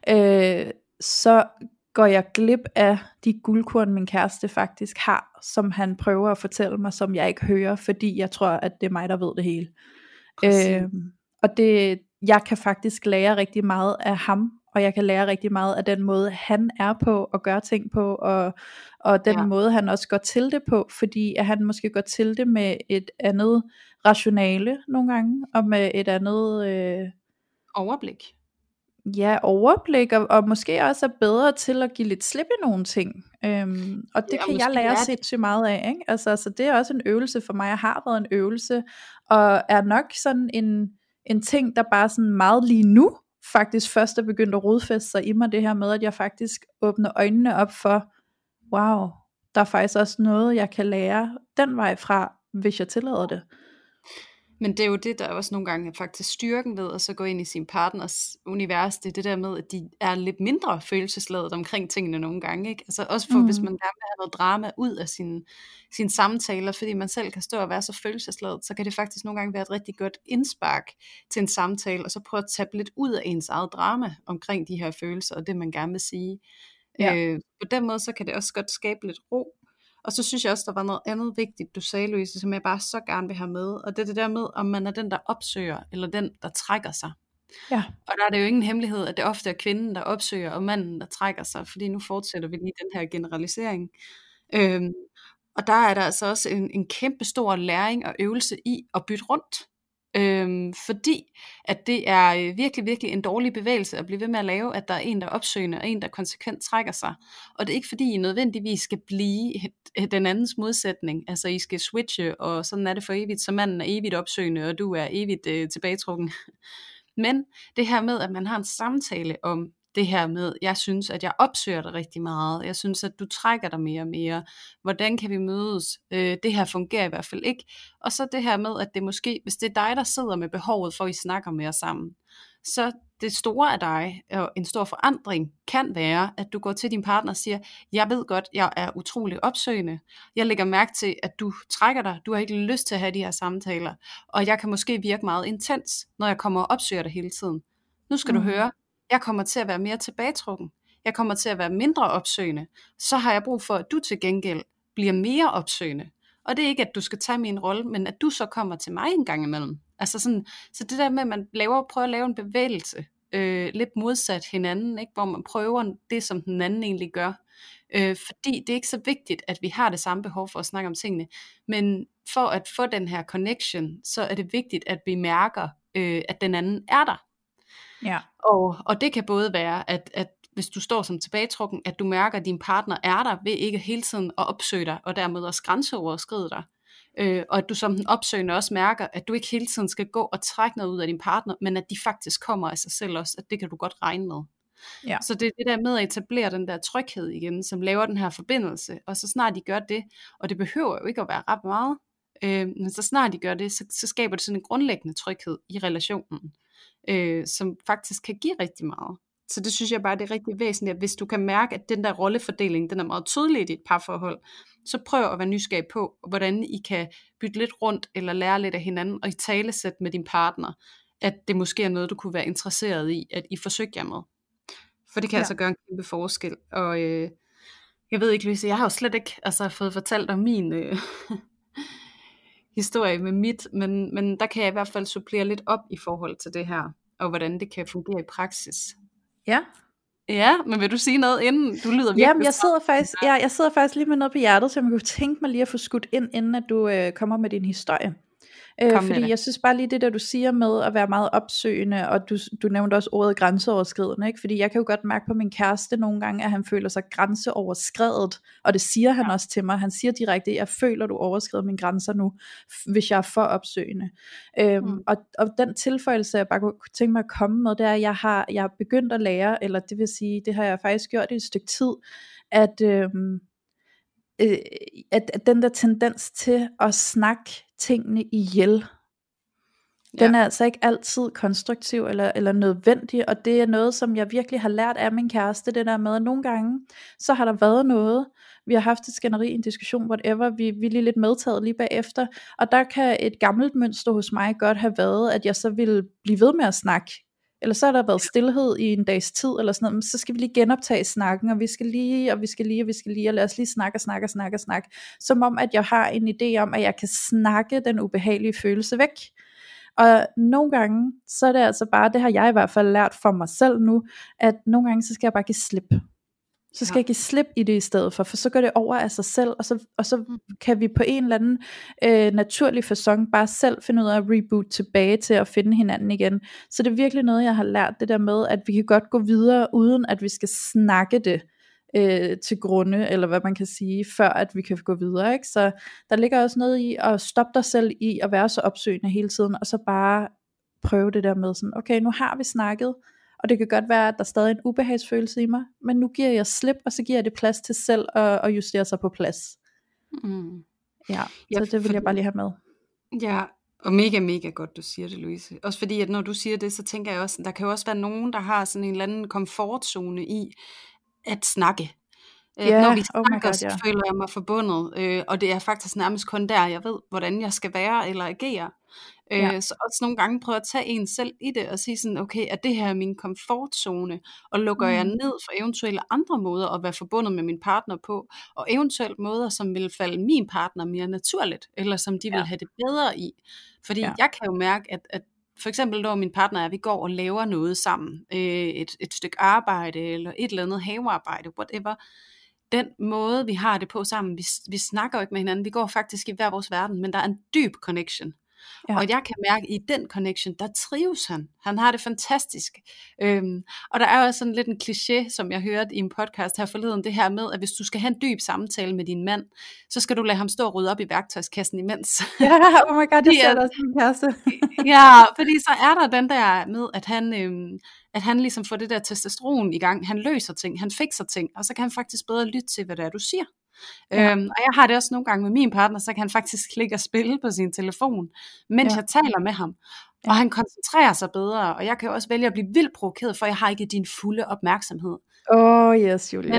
så går jeg glip af de guldkorn, min kæreste faktisk har, som han prøver at fortælle mig, som jeg ikke hører, fordi jeg tror, at det er mig, der ved det hele. Præcis. Og jeg kan faktisk lære rigtig meget af ham, og jeg kan lære rigtig meget af den måde, han er på, og gør ting på, og den måde, han også går til det på, fordi at han måske går til det med et andet rationale nogle gange, og med et andet overblik. Ja, overblik, og måske også er bedre til at give lidt slip i nogle ting. Og det kan jeg lære sindssygt meget af, ikke? Altså det er også en øvelse for mig, jeg har været en øvelse, og er nok sådan en ting, der bare sådan meget lige nu, faktisk først er begyndt at rodfæste sig i mig, det her med, at jeg faktisk åbner øjnene op for, wow, der er faktisk også noget, jeg kan lære den vej fra, hvis jeg tillader det. Men det er jo det, der også nogle gange er faktisk styrken ved at så gå ind i sin partners univers. Det er det der med, at de er lidt mindre følelsesladet omkring tingene nogle gange. Ikke? Altså også for, hvis man gerne vil have noget drama ud af sine samtaler, fordi man selv kan stå og være så følelsesladet, så kan det faktisk nogle gange være et rigtig godt indspark til en samtale, og så prøve at tage lidt ud af ens eget drama omkring de her følelser, og det man gerne vil sige. Ja. På den måde, så kan det også godt skabe lidt ro. Og så synes jeg også, der var noget andet vigtigt, du sagde, Louise, som jeg bare så gerne vil have med. Og det er det der med, om man er den, der opsøger, eller den, der trækker sig. Ja. Og der er det jo ingen hemmelighed, at det ofte er kvinden, der opsøger, og manden, der trækker sig. Fordi nu fortsætter vi lige den her generalisering. Og der er der altså også en kæmpe stor læring og øvelse i at bytte rundt. Fordi at det er virkelig, virkelig en dårlig bevægelse at blive ved med at lave, at der er en, der er opsøgende, og en, der konsekvent trækker sig. Og det er ikke fordi, I nødvendigvis skal blive den andens modsætning. Altså, I skal switche, og sådan er det for evigt, så manden er evigt opsøgende, og du er evigt tilbagetrukken. Men det her med, at man har en samtale om det her med, jeg synes, at jeg opsøger dig rigtig meget, jeg synes, at du trækker dig mere og mere, hvordan kan vi mødes, det her fungerer i hvert fald ikke, og så det her med, at det måske, hvis det er dig, der sidder med behovet for, at I snakker mere sammen, så det store af dig, og en stor forandring, kan være, at du går til din partner og siger, jeg ved godt, jeg er utrolig opsøgende, jeg lægger mærke til, at du trækker dig, du har ikke lyst til at have de her samtaler, og jeg kan måske virke meget intens, når jeg kommer og opsøger dig hele tiden. Nu skal du høre, jeg kommer til at være mere tilbagetrukken, jeg kommer til at være mindre opsøgende, så har jeg brug for, at du til gengæld bliver mere opsøgende. Og det er ikke, at du skal tage min rolle, men at du så kommer til mig en gang imellem. Altså sådan, så det der med, at man prøver at lave en bevægelse, lidt modsat hinanden, ikke? Hvor man prøver det, som den anden egentlig gør. Fordi det er ikke så vigtigt, at vi har det samme behov for at snakke om tingene, men for at få den her connection, så er det vigtigt, at vi mærker, at den anden er der. Ja. Og det kan både være, at hvis du står som tilbagetrukken, at du mærker, at din partner er der, ved ikke hele tiden at opsøge dig, og dermed også grænseoverskride dig. Og at du som den opsøgende også mærker, at du ikke hele tiden skal gå og trække noget ud af din partner, men at de faktisk kommer af sig selv også, at det kan du godt regne med. Ja. Så det er det der med at etablere den der tryghed igen, som laver den her forbindelse, og så snart de gør det, og det behøver jo ikke at være ret meget, men så snart de gør det, så skaber det sådan en grundlæggende tryghed i relationen, som faktisk kan give rigtig meget. Så det synes jeg bare, det er rigtig væsentligt, at hvis du kan mærke, at den der rollefordeling, den er meget tydelig i dit parforhold, så prøv at være nysgerrig på, hvordan I kan bytte lidt rundt, eller lære lidt af hinanden, og i talesæt med din partner, at det måske er noget, du kunne være interesseret i, at I forsøgte jer med. For det kan altså gøre en kæmpe forskel. Og jeg ved ikke, Louise, jeg har jo slet ikke fået fortalt om min historie med mit, men der kan jeg i hvert fald supplere lidt op i forhold til det her, og hvordan det kan fungere i praksis. Ja. Ja, men vil du sige noget inden? Du lyder virkelig. Jamen, jeg sidder faktisk lige med noget på hjertet, så jeg kunne tænke mig lige at få skudt ind, inden at du kommer med din historie. Fordi jeg synes bare lige det der du siger med at være meget opsøgende, og du nævnte også ordet grænseoverskridende, ikke? Fordi jeg kan jo godt mærke på min kæreste nogle gange, at han føler sig grænseoverskredet, og det siger han også til mig. Han siger direkte, jeg føler du overskrider mine grænser nu, hvis jeg er for opsøgende. Og den tilføjelse jeg bare kunne tænke mig at komme med, det er, at jeg har begyndt at lære, eller det vil sige, det har jeg faktisk gjort i et stykke tid, at den der tendens til at snakke tingene ihjel, den er altså ikke altid konstruktiv eller nødvendig, og det er noget, som jeg virkelig har lært af min kæreste, det der med, at nogle gange, så har der været noget, vi har haft et skænderi, en diskussion, whatever, vi er lige lidt medtaget lige bagefter, og der kan et gammelt mønster hos mig godt have været, at jeg så ville blive ved med at snakke, eller så har der været stillhed i en dags tid, eller sådan noget, men så skal vi lige genoptage snakken, og vi skal lige, og lad os lige snakke, som om, at jeg har en idé om, at jeg kan snakke den ubehagelige følelse væk. Og nogle gange, så er det altså bare, det har jeg i hvert fald lært for mig selv nu, at nogle gange, så skal jeg bare give slip. Så skal jeg give slip i det i stedet for så går det over af sig selv, og så kan vi på en eller anden naturlig facon bare selv finde ud af at reboot tilbage til at finde hinanden igen. Så det er virkelig noget, jeg har lært, det der med, at vi kan godt gå videre, uden at vi skal snakke det til grunde, eller hvad man kan sige, før at vi kan gå videre, ikke? Så der ligger også noget i at stoppe dig selv i at være så opsøgende hele tiden, og så bare prøve det der med sådan, okay, nu har vi snakket, og det kan godt være, at der stadig er en ubehagsfølelse i mig, men nu giver jeg slip, og så giver jeg det plads til selv at justere sig på plads. Ja, så det vil jeg bare lige have med. Ja, og mega, mega godt, du siger det, Louise. Også fordi, at når du siger det, så tænker jeg også, der kan jo også være nogen, der har sådan en eller anden komfortzone i at snakke. Når vi snakker, så føler jeg mig forbundet, og det er faktisk nærmest kun der, jeg ved, hvordan jeg skal være eller agere. Så også nogle gange prøve at tage en selv i det, og sige sådan, okay, er det her min komfortzone, og lukker jeg ned for eventuelle andre måder at være forbundet med min partner på, og eventuelt måder, som vil falde min partner mere naturligt, eller som de vil have det bedre i. Fordi jeg kan jo mærke, at for eksempel når min partner vi går og laver noget sammen, et stykke arbejde, eller et eller andet havearbejde, whatever, den måde vi har det på sammen, vi snakker jo ikke med hinanden, vi går faktisk i hver vores verden, men der er en dyb connection. Ja. Og jeg kan mærke, at i den connection, der trives han. Han har det fantastisk. Og der er også sådan lidt en kliché, som jeg hørte i en podcast her forleden, det her med, at hvis du skal have en dyb samtale med din mand, så skal du lade ham stå og rydde op i værktøjskassen imens. Ja, oh my god, det ser også min kæreste. Ja, fordi så er der den der med, at han ligesom får det der testosteron i gang. Han løser ting, han fikser ting, og så kan han faktisk bedre lytte til, hvad det er, du siger. Og jeg har det også nogle gange med min partner, så kan han faktisk ligge og spille på sin telefon, mens jeg taler med ham, og han koncentrerer sig bedre, og jeg kan også vælge at blive vildt provokeret, for jeg har ikke din fulde opmærksomhed. Yes, Julia.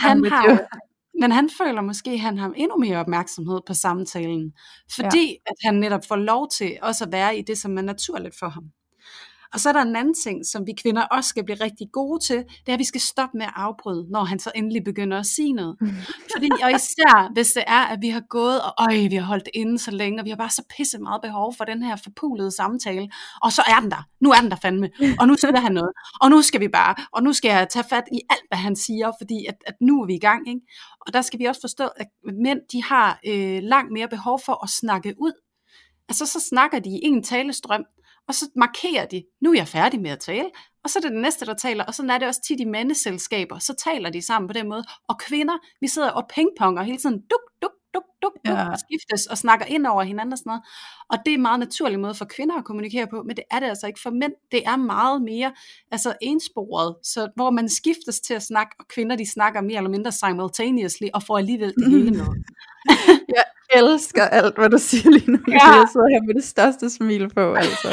Men han føler måske, at han har endnu mere opmærksomhed på samtalen, fordi at han netop får lov til også at være i det, som er naturligt for ham. Og så er der en anden ting, som vi kvinder også skal blive rigtig gode til, det er, at vi skal stoppe med at afbryde, når han så endelig begynder at sige noget. Fordi, og især hvis det er, at vi har gået, og vi har holdt det inde så længe, og vi har bare så pisse meget behov for den her forpulede samtale, og så er den der. Nu er den der fandme. Og nu siger han noget. Og nu skal vi bare, og nu skal jeg tage fat i alt, hvad han siger, fordi at nu er vi i gang. Ikke? Og der skal vi også forstå, at mænd, de har langt mere behov for at snakke ud. Altså så snakker de i en talestrøm, og så markerer de, nu er jeg færdig med at tale, og så er det den næste, der taler, og sådan er det også tit i mandeselskaber, så taler de sammen på den måde, og kvinder, vi sidder og pingponger hele tiden, duk, og skiftes, og snakker ind over hinanden og sådan noget, og det er en meget naturlig måde for kvinder at kommunikere på, men det er det altså ikke for mænd, det er meget mere ensporet, så hvor man skiftes til at snakke, og kvinder de snakker mere eller mindre simultaneously, og får alligevel det hele med. Jeg elsker alt, hvad du siger lige nu. Jeg sidder her med det største smil på, altså.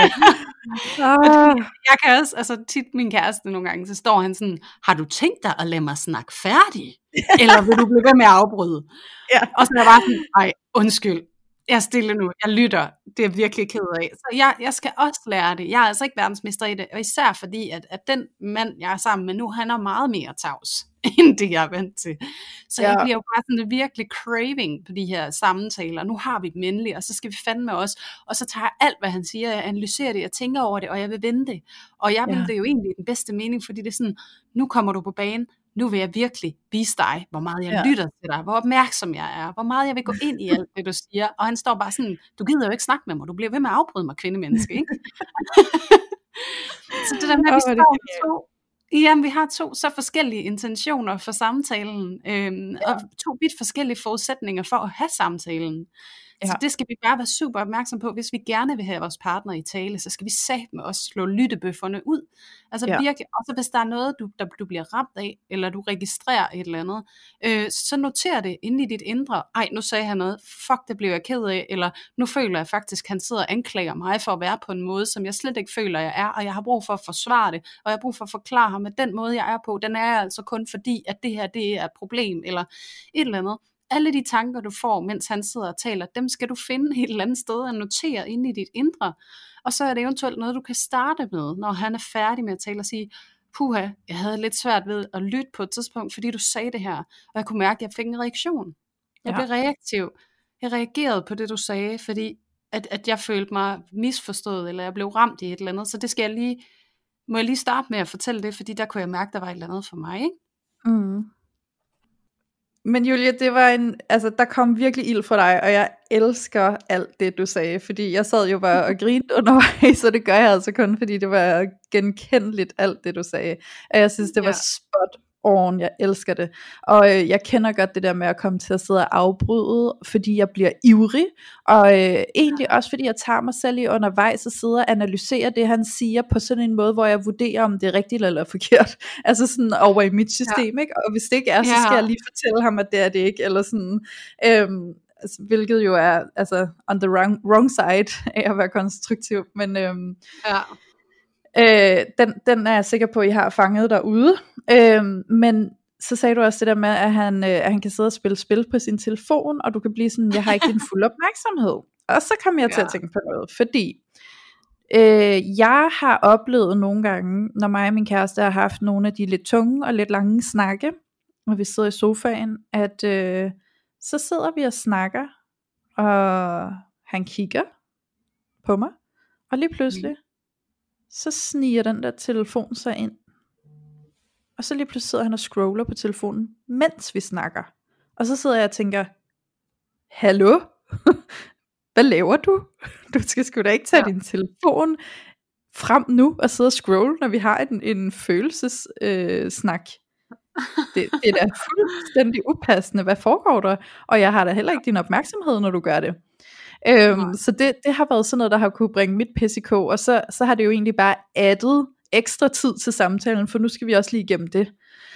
Jeg kan også, tit min kæreste nogle gange, så står han sådan, har du tænkt dig at lade mig snakke færdig? Eller vil du blive ved med at afbryde? Og så er jeg bare sådan, ej, undskyld, jeg er stille nu, jeg lytter, det er virkelig ked af. Så jeg skal også lære det, jeg er altså ikke verdensmester i det, og især fordi, at den mand, jeg er sammen med nu, han er meget mere tavs, end det jeg er vant til. Så jeg bliver jo bare sådan virkelig craving på de her samtaler, nu har vi dem endelig, og så skal vi fandme også, og så tager jeg alt, hvad han siger, jeg analyserer det, jeg tænker over det, og jeg vil vende det, og jeg vil det jo egentlig i den bedste mening, fordi det er sådan, nu kommer du på banen, nu vil jeg virkelig vise dig, hvor meget jeg lytter til dig, hvor opmærksom jeg er, hvor meget jeg vil gå ind i alt det, du siger. Og han står bare sådan, du gider jo ikke snakke med mig, du bliver ved med at afbryde mig, kvindemenneske, ikke? Så det der med, at vi har to så forskellige intentioner for samtalen, og to vidt forskellige forudsætninger for at have samtalen. Så Ja. det skal vi bare være super opmærksom på. Hvis vi gerne vil have vores partner i tale, så skal vi satme også slå lyttebøfferne ud. Altså Ja. virkelig, også hvis der er noget, du bliver ramt af, eller du registrerer et eller andet, så noter det inde i dit indre. Ej, nu sagde han noget, fuck, det blev jeg ked af, eller nu føler jeg faktisk, han sidder og anklager mig for at være på en måde, som jeg slet ikke føler, jeg er, og jeg har brug for at forsvare det, og jeg har brug for at forklare ham, at den måde, jeg er på, den er altså kun fordi, at det her, det er et problem, eller et eller andet. Alle de tanker, du får, mens han sidder og taler, dem skal du finde et eller andet sted og notere inde i dit indre. Og så er det eventuelt noget, du kan starte med, når han er færdig med at tale og sige, puha, jeg havde lidt svært ved at lytte på et tidspunkt, fordi du sagde det her, og jeg kunne mærke, at jeg fik en reaktion. Jeg blev reaktiv. Jeg reagerede på det, du sagde, fordi at jeg følte mig misforstået, eller jeg blev ramt i et eller andet, så det skal jeg lige, må jeg lige starte med at fortælle det, fordi der kunne jeg mærke, der var et eller andet for mig, ikke? Mm. Men Julia, det var altså der kom virkelig ild fra dig, og jeg elsker alt det, du sagde, fordi jeg sad jo bare og grinte undervejs, så det gør jeg altså kun, fordi det var genkendeligt alt det, du sagde. Og jeg synes, det var spot on, jeg elsker det. Og jeg kender godt det der med at komme til at sidde og afbryde, fordi jeg bliver ivrig, og egentlig også fordi jeg tager mig selv i undervejs og sidder og analyserer det, han siger, på sådan en måde, hvor jeg vurderer, om det er rigtigt eller forkert. Altså sådan over i mit system, ikke? Og hvis det ikke er, så skal jeg lige fortælle ham, at det er det ikke, eller sådan... Altså, hvilket jo er altså on the wrong side af at være konstruktiv, men den er jeg sikker på, at I har fanget derude. Men så sagde du også det der med, at han kan sidde og spille spil på sin telefon, og du kan blive sådan, jeg har ikke din fulde opmærksomhed. Og så kom jeg til at tænke på noget, fordi jeg har oplevet nogle gange, når mig og min kæreste har haft nogle af de lidt tunge og lidt lange snakke, og vi sidder i sofaen, at så sidder vi og snakker, og han kigger på mig, og lige pludselig, så sniger den der telefon sig ind. Og så lige pludselig sidder han og scroller på telefonen, mens vi snakker. Og så sidder jeg og tænker, hallo? Hvad laver du? Du skal sgu da ikke tage din telefon frem nu og sidde og scrolle, når vi har en følelsessnak. Det er da fuldstændig upassende. Hvad foregår der? Og jeg har da heller ikke din opmærksomhed, når du gør det. Så det har været sådan noget, der har kunne bringe mit pis i kog. Og så har det jo egentlig bare addet ekstra tid til samtalen, for nu skal vi også lige igennem det.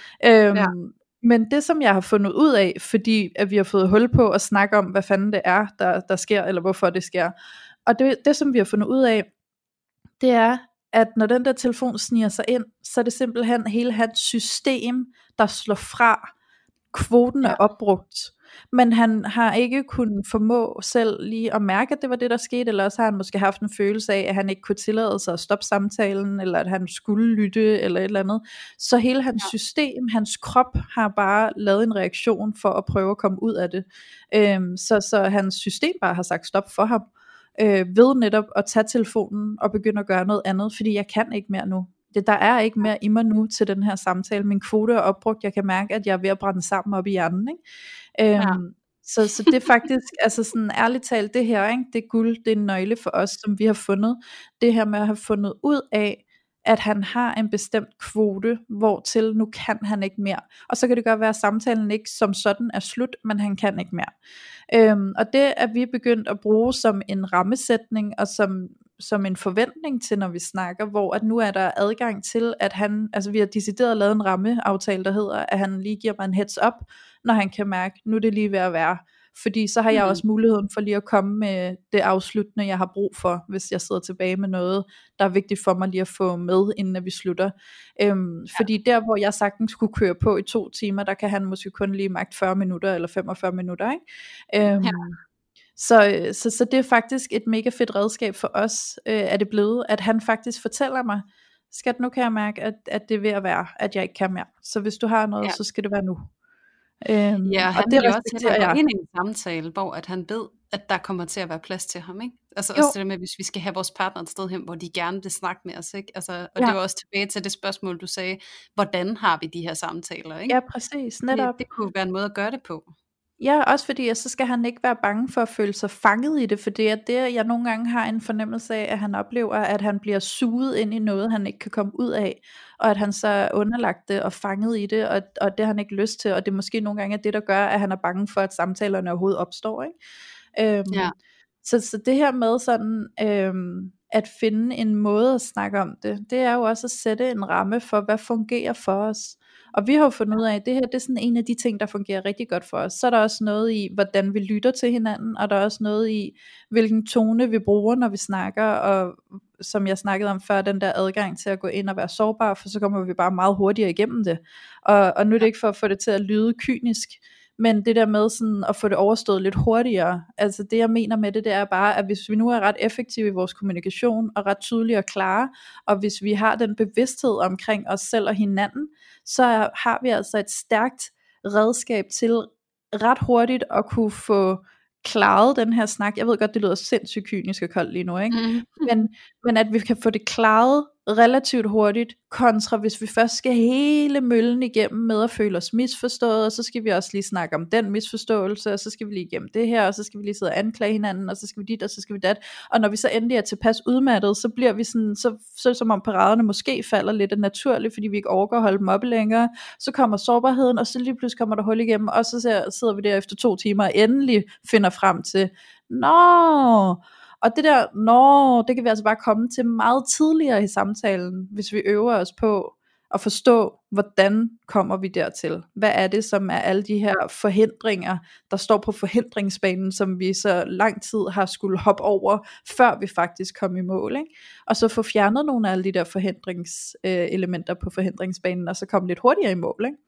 Men det som jeg har fundet ud af, fordi at vi har fået hul på at snakke om, hvad fanden det er, der sker, eller hvorfor det sker. Og det som vi har fundet ud af, det er, at når den der telefon sniger sig ind, så er det simpelthen hele hans system, der slår fra. Kvoten er opbrugt, men han har ikke kunnet formå selv lige at mærke, at det var det, der skete, eller også har han måske haft en følelse af, at han ikke kunne tillade sig at stoppe samtalen, eller at han skulle lytte, eller et eller andet. Så hele hans system, hans krop, har bare lavet en reaktion for at prøve at komme ud af det. Så hans system bare har sagt stop for ham, ved netop at tage telefonen og begynde at gøre noget andet, fordi jeg kan ikke mere nu. Der er ikke mere i mig nu til den her samtale. Min kvote er opbrugt. Jeg kan mærke, at jeg er ved at brænde sammen op i hjernen, ikke? Så det er faktisk, altså sådan ærligt talt, det her, ikke? Det er guld, det er en nøgle for os, som vi har fundet. Det her med at have fundet ud af, at han har en bestemt kvote, hvortil nu kan han ikke mere. Og så kan det godt være, at samtalen ikke som sådan er slut, men han kan ikke mere. Og det er vi begyndt at bruge som en rammesætning, og som en forventning til, når vi snakker, hvor at nu er der adgang til, at han, altså vi har decideret lavet en rammeaftale, der hedder, at han lige giver mig en heads up, når han kan mærke, nu er det lige ved at være. Fordi så har jeg også muligheden for lige at komme med det afsluttende, jeg har brug for, hvis jeg sidder tilbage med noget, der er vigtigt for mig lige at få med, inden at vi slutter. Fordi der, hvor jeg sagtens kunne køre på i 2 timer, der kan han måske kun lige magt 40 minutter, eller 45 minutter, ikke? Så det er faktisk et mega fedt redskab for os, er det blevet, at han faktisk fortæller mig, skat, nu kan jeg mærke, at det er ved at være, at jeg ikke kan mere. Så hvis du har noget, så skal det være nu. Han og det vil jo også respekterer jeg. ind i en samtale, hvor at han ved, at der kommer til at være plads til ham, ikke? Altså også det der med, hvis vi skal have vores partner et sted hen, hvor de gerne vil snakke med os, ikke? Altså, og det var også tilbage til det spørgsmål, du sagde, hvordan har vi de her samtaler, ikke? Ja, præcis, netop. Det kunne være en måde at gøre det på. Ja, også fordi, så skal han ikke være bange for at føle sig fanget i det, for det er det, jeg nogle gange har en fornemmelse af, at han oplever, at han bliver suget ind i noget, han ikke kan komme ud af, og at han så er underlagt det og fanget i det, og det har han ikke lyst til, og det er måske nogle gange det, der gør, at han er bange for, at samtalerne overhovedet opstår, ikke? Ja. Så det her med sådan, at finde en måde at snakke om det, det er jo også at sætte en ramme for, hvad fungerer for os. Og vi har jo fundet ud af, at det her, det er sådan en af de ting, der fungerer rigtig godt for os. Så er der også noget i, hvordan vi lytter til hinanden, og der er også noget i, hvilken tone vi bruger, når vi snakker, og som jeg snakkede om før, den der adgang til at gå ind og være sårbar, for så kommer vi bare meget hurtigere igennem det. Og nu er det ikke for at få det til at lyde kynisk, men det der med sådan at få det overstået lidt hurtigere, altså det jeg mener med det, det er bare, at hvis vi nu er ret effektive i vores kommunikation, og ret tydelige og klare, og hvis vi har den bevidsthed omkring os selv og hinanden, så har vi altså et stærkt redskab til ret hurtigt at kunne få klaret den her snak. Jeg ved godt, det lyder sindssygt kynisk og koldt lige nu, ikke? Men at vi kan få det klaret relativt hurtigt, kontra hvis vi først skal hele møllen igennem med at føle os misforstået, og så skal vi også lige snakke om den misforståelse, og så skal vi lige igennem det her, og så skal vi lige sidde og anklage hinanden, og så skal vi dit, og så skal vi dat, og når vi så endelig er tilpas udmattet, så bliver vi sådan, så som om paraderne måske falder lidt naturligt, fordi vi ikke overgår at holde dem oppe længere, så kommer sårbarheden, og så lige pludselig kommer der hul igennem, og så sidder vi der efter 2 timer, og endelig finder frem til, og det der, det kan vi altså bare komme til meget tidligere i samtalen, hvis vi øver os på at forstå, hvordan kommer vi dertil. Hvad er det, som er alle de her forhindringer, der står på forhindringsbanen, som vi så lang tid har skulle hoppe over, før vi faktisk kom i mål. Ikke? Og så få fjernet nogle af alle de der forhindringselementer på forhindringsbanen, og så komme lidt hurtigere i mål. Ikke?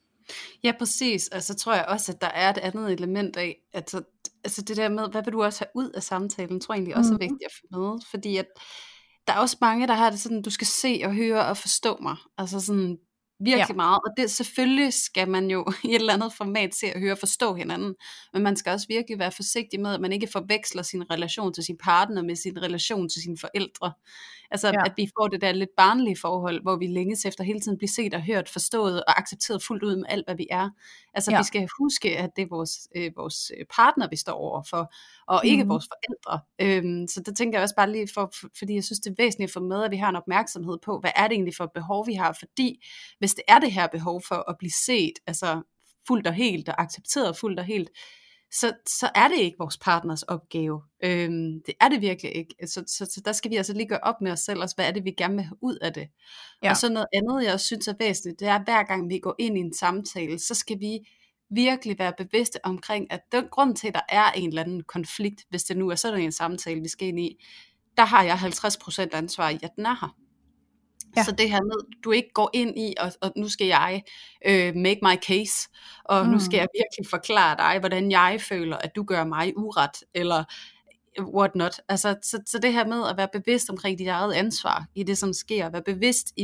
Ja, præcis. Og så tror jeg også, at der er et andet element af, altså det der med, hvad vil du også have ud af samtalen, tror jeg egentlig også er vigtigt at få med, fordi at der er også mange, der har det sådan, du skal se og høre og forstå mig, altså sådan virkelig meget, og det selvfølgelig skal man jo i et eller andet format se og høre og forstå hinanden, men man skal også virkelig være forsigtig med, at man ikke forveksler sin relation til sin partner med sin relation til sine forældre. Altså at vi får det der lidt barnlige forhold, hvor vi længes efter hele tiden blive set og hørt, forstået og accepteret fuldt ud med alt, hvad vi er. Altså vi skal huske, at det er vores partner, vi står overfor, og ikke vores forældre. Så det tænker jeg også bare lige fordi jeg synes, det er væsentligt at få med, at vi har en opmærksomhed på, hvad er det egentlig for et behov, vi har, fordi hvis det er det her behov for at blive set, altså fuldt og helt og accepteret fuldt og helt, så er det ikke vores partners opgave. Det er det virkelig ikke. Så der skal vi altså lige gøre op med os selv, også hvad er det, vi gerne vil have ud af det. Og så noget andet, jeg også synes er væsentligt, det er, at hver gang vi går ind i en samtale, så skal vi virkelig være bevidste omkring, at den grund til, at der er en eller anden konflikt, hvis det nu er sådan en samtale, vi skal ind i, der har jeg 50% ansvar i, at den er her. Så det her med, du ikke går ind i, og nu skal jeg make my case, og nu skal jeg virkelig forklare dig, hvordan jeg føler, at du gør mig uret, eller what not. Altså, så det her med at være bevidst omkring dit eget ansvar i det, som sker, være bevidst i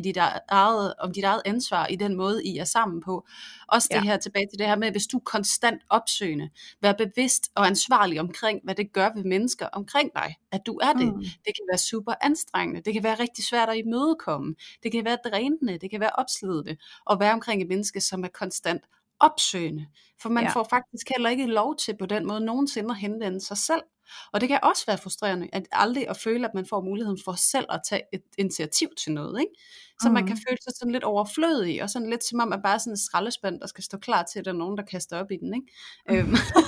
om dit eget ansvar i den måde, I er sammen på. Også det her tilbage til det her med, hvis du er konstant opsøgende, være bevidst og ansvarlig omkring, hvad det gør ved mennesker omkring dig, at du er det. Det kan være super anstrengende, det kan være rigtig svært at imødekomme, det kan være drænende, det kan være opslidende, at være omkring et menneske, som er konstant opsøgende. For man får faktisk heller ikke lov til på den måde nogensinde at henvende sig selv. Og det kan også være frustrerende, at aldrig at føle, at man får muligheden for selv at tage et initiativ til noget, ikke? Så man kan føle sig sådan lidt overflødig, og sådan lidt som om, at bare sådan en skraldespand, der skal stå klar til, at der er nogen, der kaster op i den, ikke?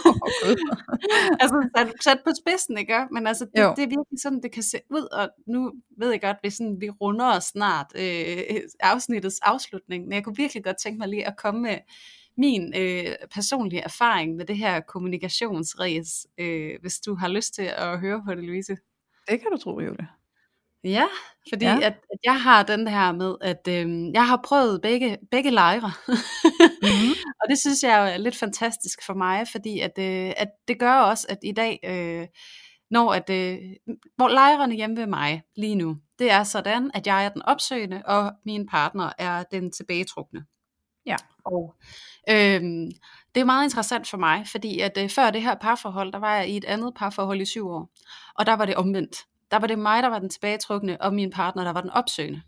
Altså sat på spidsen, ikke? Men altså, det er virkelig sådan, det kan se ud, og nu ved jeg godt, vi runder snart afsnittets afslutning, men jeg kunne virkelig godt tænke mig lige at komme med min personlige erfaring med det her kommunikationsræs, hvis du har lyst til at høre på det, Louise. Det kan du tro, Julie. Ja, fordi at jeg har den her med, at jeg har prøvet begge lejre, og det synes jeg er lidt fantastisk for mig, fordi at det gør også, at i dag, hvor lejrene hjemme ved mig lige nu, det er sådan, at jeg er den opsøgende, og min partner er den tilbagetrukne. Ja. Og det er meget interessant for mig, fordi at før det her parforhold, der var jeg i et andet parforhold i 7 år, og der var det omvendt. Der var det mig, der var den tilbagetrukne, og min partner, der var den opsøgende.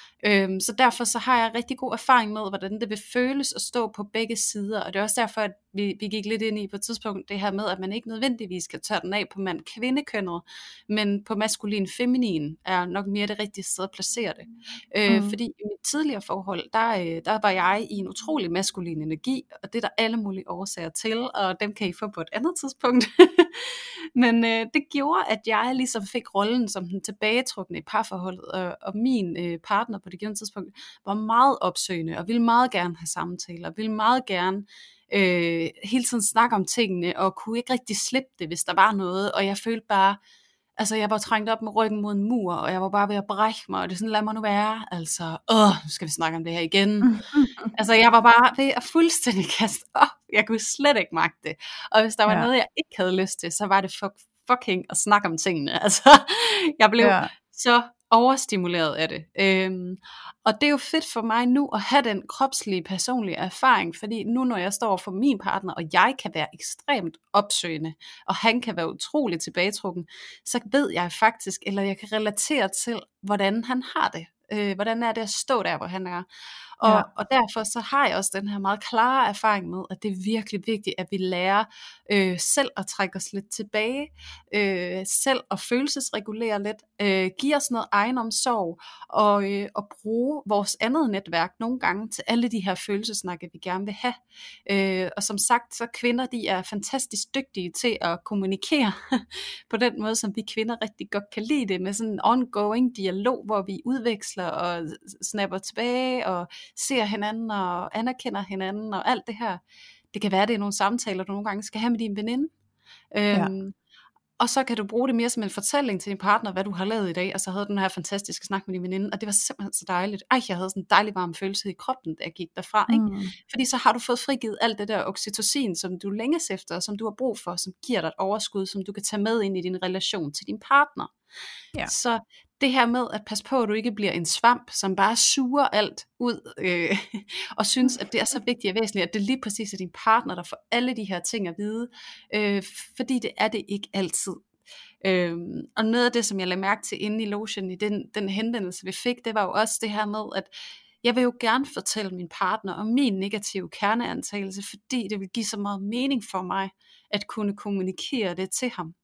Så derfor så har jeg rigtig god erfaring med, hvordan det vil føles at stå på begge sider, og det er også derfor, at vi gik lidt ind i på et tidspunkt, det her med, at man ikke nødvendigvis skal tørre den af på mand-kvindekønnet, men på maskulin-feminin er nok mere det rigtige sted at placere det. Fordi i mit tidligere forhold, der var jeg i en utrolig maskulin energi, og det er der alle mulige årsager til, og dem kan I få på et andet tidspunkt. Men det gjorde, at jeg ligesom fik rollen som den tilbagetrukne i parforholdet, og min partner på det givne tidspunkt var meget opsøgende, og ville meget gerne have samtaler, ville meget gerne hele tiden snakke om tingene, og kunne ikke rigtig slippe det, hvis der var noget, og jeg følte bare, altså jeg var trængt op med ryggen mod en mur, og jeg var bare ved at brække mig, og det er sådan, lad mig nu være, altså, nu skal vi snakke om det her igen. Altså jeg var bare ved at fuldstændig kaste op, jeg kunne slet ikke magte det, og hvis der var noget, jeg ikke havde lyst til, så var det fucking at snakke om tingene, altså, jeg blev så overstimuleret af det, og det er jo fedt for mig nu at have den kropslige, personlige erfaring, fordi nu når jeg står for min partner, og jeg kan være ekstremt opsøgende, og han kan være utroligt tilbagetrukken, så ved jeg faktisk, eller jeg kan relatere til, hvordan han har det, hvordan er det at stå der, hvor han er. Og derfor så har jeg også den her meget klare erfaring med, at det er virkelig vigtigt, at vi lærer selv at trække os lidt tilbage, selv at følelsesregulere lidt, give os noget egenomsorg, og bruge vores andet netværk nogle gange til alle de her følelsesnakke, vi gerne vil have. Og som sagt, så kvinder, de er fantastisk dygtige til at kommunikere på den måde, som vi kvinder rigtig godt kan lide det, med sådan en ongoing dialog, hvor vi udveksler og snapper tilbage, og ser hinanden og anerkender hinanden og alt det her. Det kan være, det er nogle samtaler, du nogle gange skal have med din veninde. Og så kan du bruge det mere som en fortælling til din partner, hvad du har lavet i dag, og så havde du den her fantastiske snak med din veninde, og det var simpelthen så dejligt. Jeg havde sådan en dejlig varm følelse i kroppen, da jeg gik derfra. Ikke? Fordi så har du fået frigivet alt det der oxytocin, som du længes efter, som du har brug for, som giver dig et overskud, som du kan tage med ind i din relation til din partner. Så det her med at passe på, at du ikke bliver en svamp, som bare suger alt ud, og synes, at det er så vigtigt og væsentligt, at det lige præcis er din partner, der får alle de her ting at vide, fordi det er det ikke altid. Og noget af det, som jeg lagde mærke til inde i logen, i den henvendelse, vi fik, det var jo også det her med, at jeg vil jo gerne fortælle min partner om min negative kerneantagelse, fordi det vil give så meget mening for mig, at kunne kommunikere det til ham.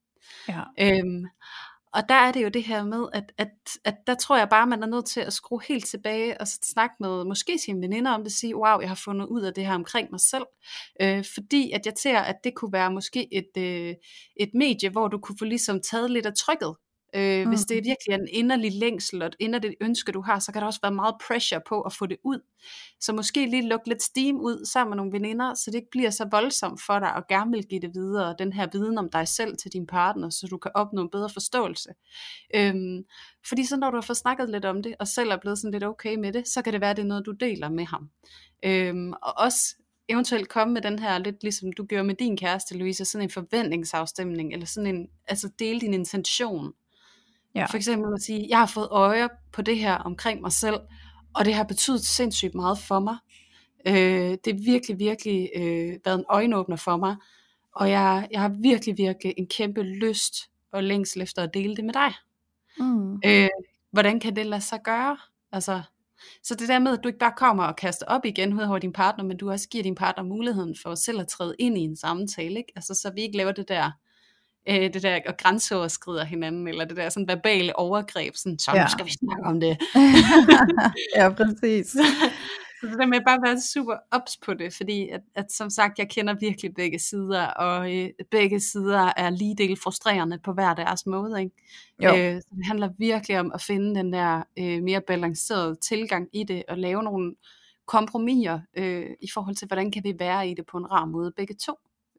Og der er det jo det her med, at der tror jeg bare, man er nødt til at skrue helt tilbage og snakke med måske sine veninder om det, sige, wow, jeg har fundet ud af det her omkring mig selv, fordi at jeg ser, at det kunne være måske et medie, hvor du kunne få ligesom taget lidt af trykket. Hvis det virkelig er en inderlig længsel og et inderligt ønske du har, så kan der også være meget pressure på at få det ud, så måske lige lukke lidt steam ud sammen med nogle veninder, så det ikke bliver så voldsomt for dig og gerne vil give det videre, den her viden om dig selv til din partner, så du kan opnå en bedre forståelse, fordi så når du har fået snakket lidt om det og selv er blevet sådan lidt okay med det, så kan det være, det er noget du deler med ham, og også eventuelt komme med den her, lidt ligesom du gjorde med din kæreste Louise, sådan en forventningsafstemning, eller sådan en, altså dele din intention. For eksempel at sige, jeg har fået øje på det her omkring mig selv, og det har betydet sindssygt meget for mig. Det er virkelig, virkelig været en øjenåbner for mig, og jeg har virkelig, virkelig en kæmpe lyst og længsel efter at dele det med dig. Hvordan kan det lade sig gøre? Altså, så det der med, at du ikke bare kommer og kaster op igen ud over din partner, men du også giver din partner muligheden for selv at træde ind i en samtale, ikke? Altså, så vi ikke laver det der og grænseoverskrider hinanden, eller det der sådan verbale overgreb, sådan, så nu skal vi snakke om det. Ja, præcis. Så det der med bare at være super ops på det, fordi at som sagt, jeg kender virkelig begge sider, og begge sider er lige del frustrerende på hver deres måde, ikke? Så det handler virkelig om at finde den der mere balancerede tilgang i det, og lave nogle kompromiser i forhold til, hvordan kan vi være i det på en rar måde, begge to.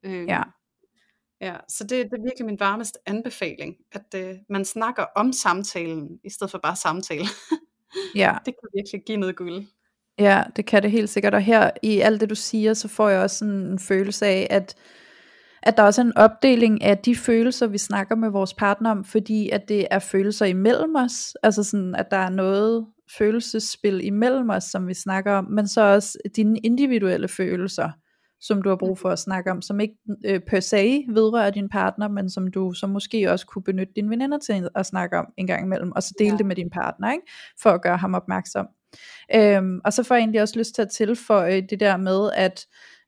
Ja, så det er virkelig min varmeste anbefaling, at man snakker om samtalen, i stedet for bare samtale. Det kan virkelig give noget guld. Ja, det kan det helt sikkert, og her i alt det du siger, så får jeg også sådan en følelse af, at der også er en opdeling af de følelser, vi snakker med vores partner om, fordi at det er følelser imellem os, altså sådan, at der er noget følelsesspil imellem os, som vi snakker om, men så også dine individuelle følelser, som du har brug for at snakke om, som ikke per se vedrører din partner, men som du så måske også kunne benytte dine veninder til at snakke om en gang imellem, og så dele det med din partner, ikke? For at gøre ham opmærksom. Og så får jeg egentlig også lyst til at tilføje det der med, at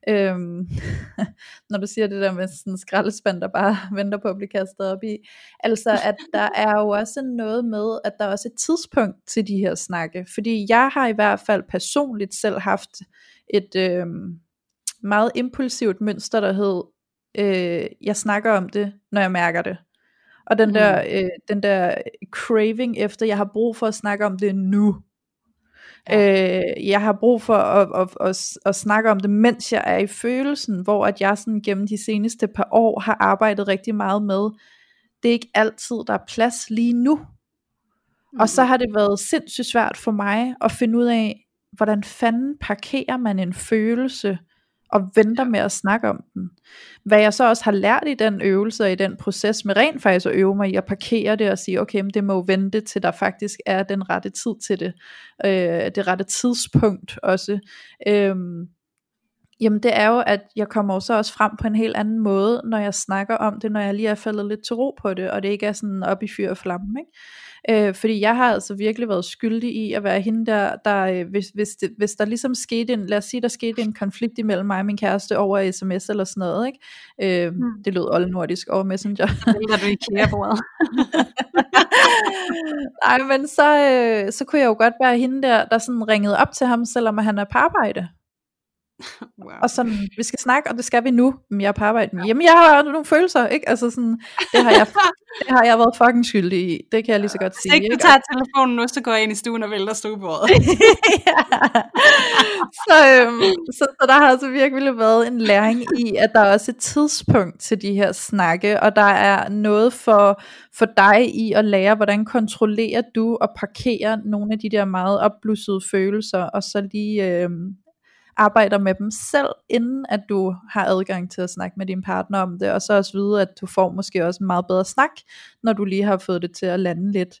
Øhm, når du siger det der med sådan en skraldespand, der bare venter på at blive kastet op i. Altså, at der er jo også noget med, at der er også et tidspunkt til de her snakke. Fordi jeg har i hvert fald personligt selv haft et meget impulsivt mønster, der hed, jeg snakker om det, når jeg mærker det. Og den der craving efter, jeg har brug for at snakke om det nu. Jeg har brug for at snakke om det, mens jeg er i følelsen, hvor at jeg sådan gennem de seneste par år har arbejdet rigtig meget med, det er ikke altid der er plads lige nu. Og så har det været sindssygt svært for mig at finde ud af, hvordan fanden parkerer man en følelse og venter med at snakke om den. Hvad jeg så også har lært i den øvelse og i den proces med rent faktisk at øve mig i at parkere det og sige, okay, men det må vente til der faktisk er den rette tid til det. Det rette tidspunkt også. Jamen det er jo, at jeg kommer jo så også frem på en helt anden måde, når jeg snakker om det, når jeg lige er faldet lidt til ro på det, og det ikke er sådan op i fyr og flamme, ikke? Fordi jeg har altså virkelig været skyldig i at være hende der hvis der ligesom skete lad os sige der skete en konflikt imellem mig og min kæreste over sms eller sådan noget, ikke? Det lød oldnordisk over Messenger. Eller du i kærebordet. Nej, men så kunne jeg jo godt være hende der sådan ringede op til ham, selvom han er på arbejde. Wow. Og sådan, vi skal snakke, og det skal vi nu, men jeg er på arbejde. Jamen, jeg har nogle følelser, ikke? Altså sådan, det har jeg været fucking skyldig i. Det kan jeg lige så godt sige. Hvis ikke du tager telefonen nu, så går jeg ind i stuen og vælter stuebordet. Så der har altså virkelig været en læring i, at der er også et tidspunkt til de her snakke, og der er noget for dig i at lære, hvordan kontrollerer du og parkerer nogle af de der meget opblussede følelser, og så lige arbejder med dem selv, inden at du har adgang til at snakke med din partner om det, og så også vide, at du får måske også en meget bedre snak, når du lige har fået det til at lande lidt.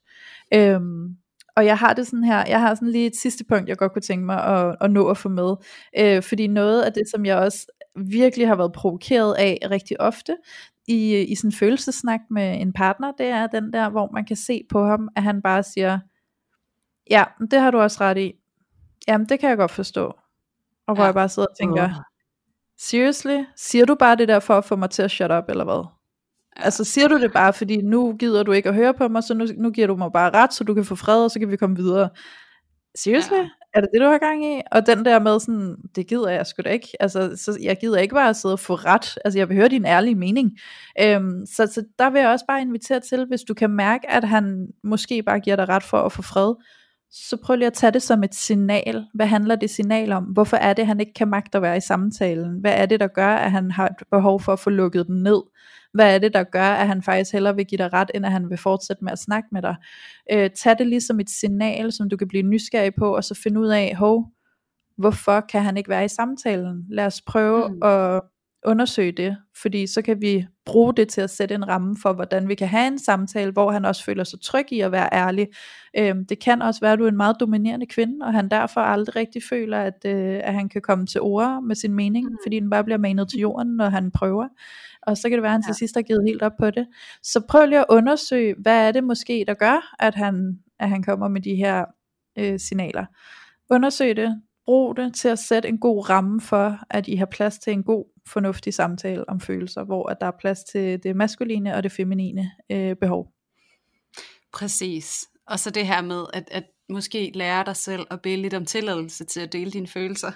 Og jeg har det sådan her, jeg har sådan lige et sidste punkt, jeg godt kunne tænke mig at nå at få med, fordi noget af det, som jeg også virkelig har været provokeret af rigtig ofte, i sådan en følelsesnak med en partner, det er den der, hvor man kan se på ham, at han bare siger, ja, det har du også ret i, jamen det kan jeg godt forstå. Og hvor jeg bare sidder og tænker, seriously, siger du bare det der for at få mig til at shut up, eller hvad? Altså siger du det bare, fordi nu gider du ikke at høre på mig, så nu giver du mig bare ret, så du kan få fred, og så kan vi komme videre. Seriously? Er det det, du har gang i? Og den der med sådan, det gider jeg sgu da ikke. Altså, så jeg gider ikke bare at sidde og få ret. Altså, jeg vil høre din ærlige mening. Så der vil jeg også bare invitere til, hvis du kan mærke, at han måske bare giver dig ret for at få fred, så prøv lige at tage det som et signal. Hvad handler det signal om? Hvorfor er det, han ikke kan magte at være i samtalen? Hvad er det, der gør, at han har et behov for at få lukket den ned? Hvad er det, der gør, at han faktisk hellere vil give dig ret, end at han vil fortsætte med at snakke med dig? Tag det lige som et signal, som du kan blive nysgerrig på, og så finde ud af, hvorfor kan han ikke være i samtalen? Lad os prøve at undersøge det, fordi så kan vi bruge det til at sætte en ramme for, hvordan vi kan have en samtale, hvor han også føler sig tryg i at være ærlig. Det kan også være, at du er en meget dominerende kvinde, og han derfor aldrig rigtig føler, at han kan komme til ord med sin mening, fordi den bare bliver manet til jorden, når han prøver. Og så kan det være, at han til sidst har givet helt op på det. Så prøv lige at undersøge, hvad er det måske, der gør, at han kommer med de her signaler. Undersøg det. Brug det til at sætte en god ramme for, at I har plads til en god, fornuftig samtale om følelser, hvor at der er plads til det maskuline og det feminine behov. Præcis. Og så det her med, at måske lære dig selv at bede lidt om tilladelse til at dele dine følelser.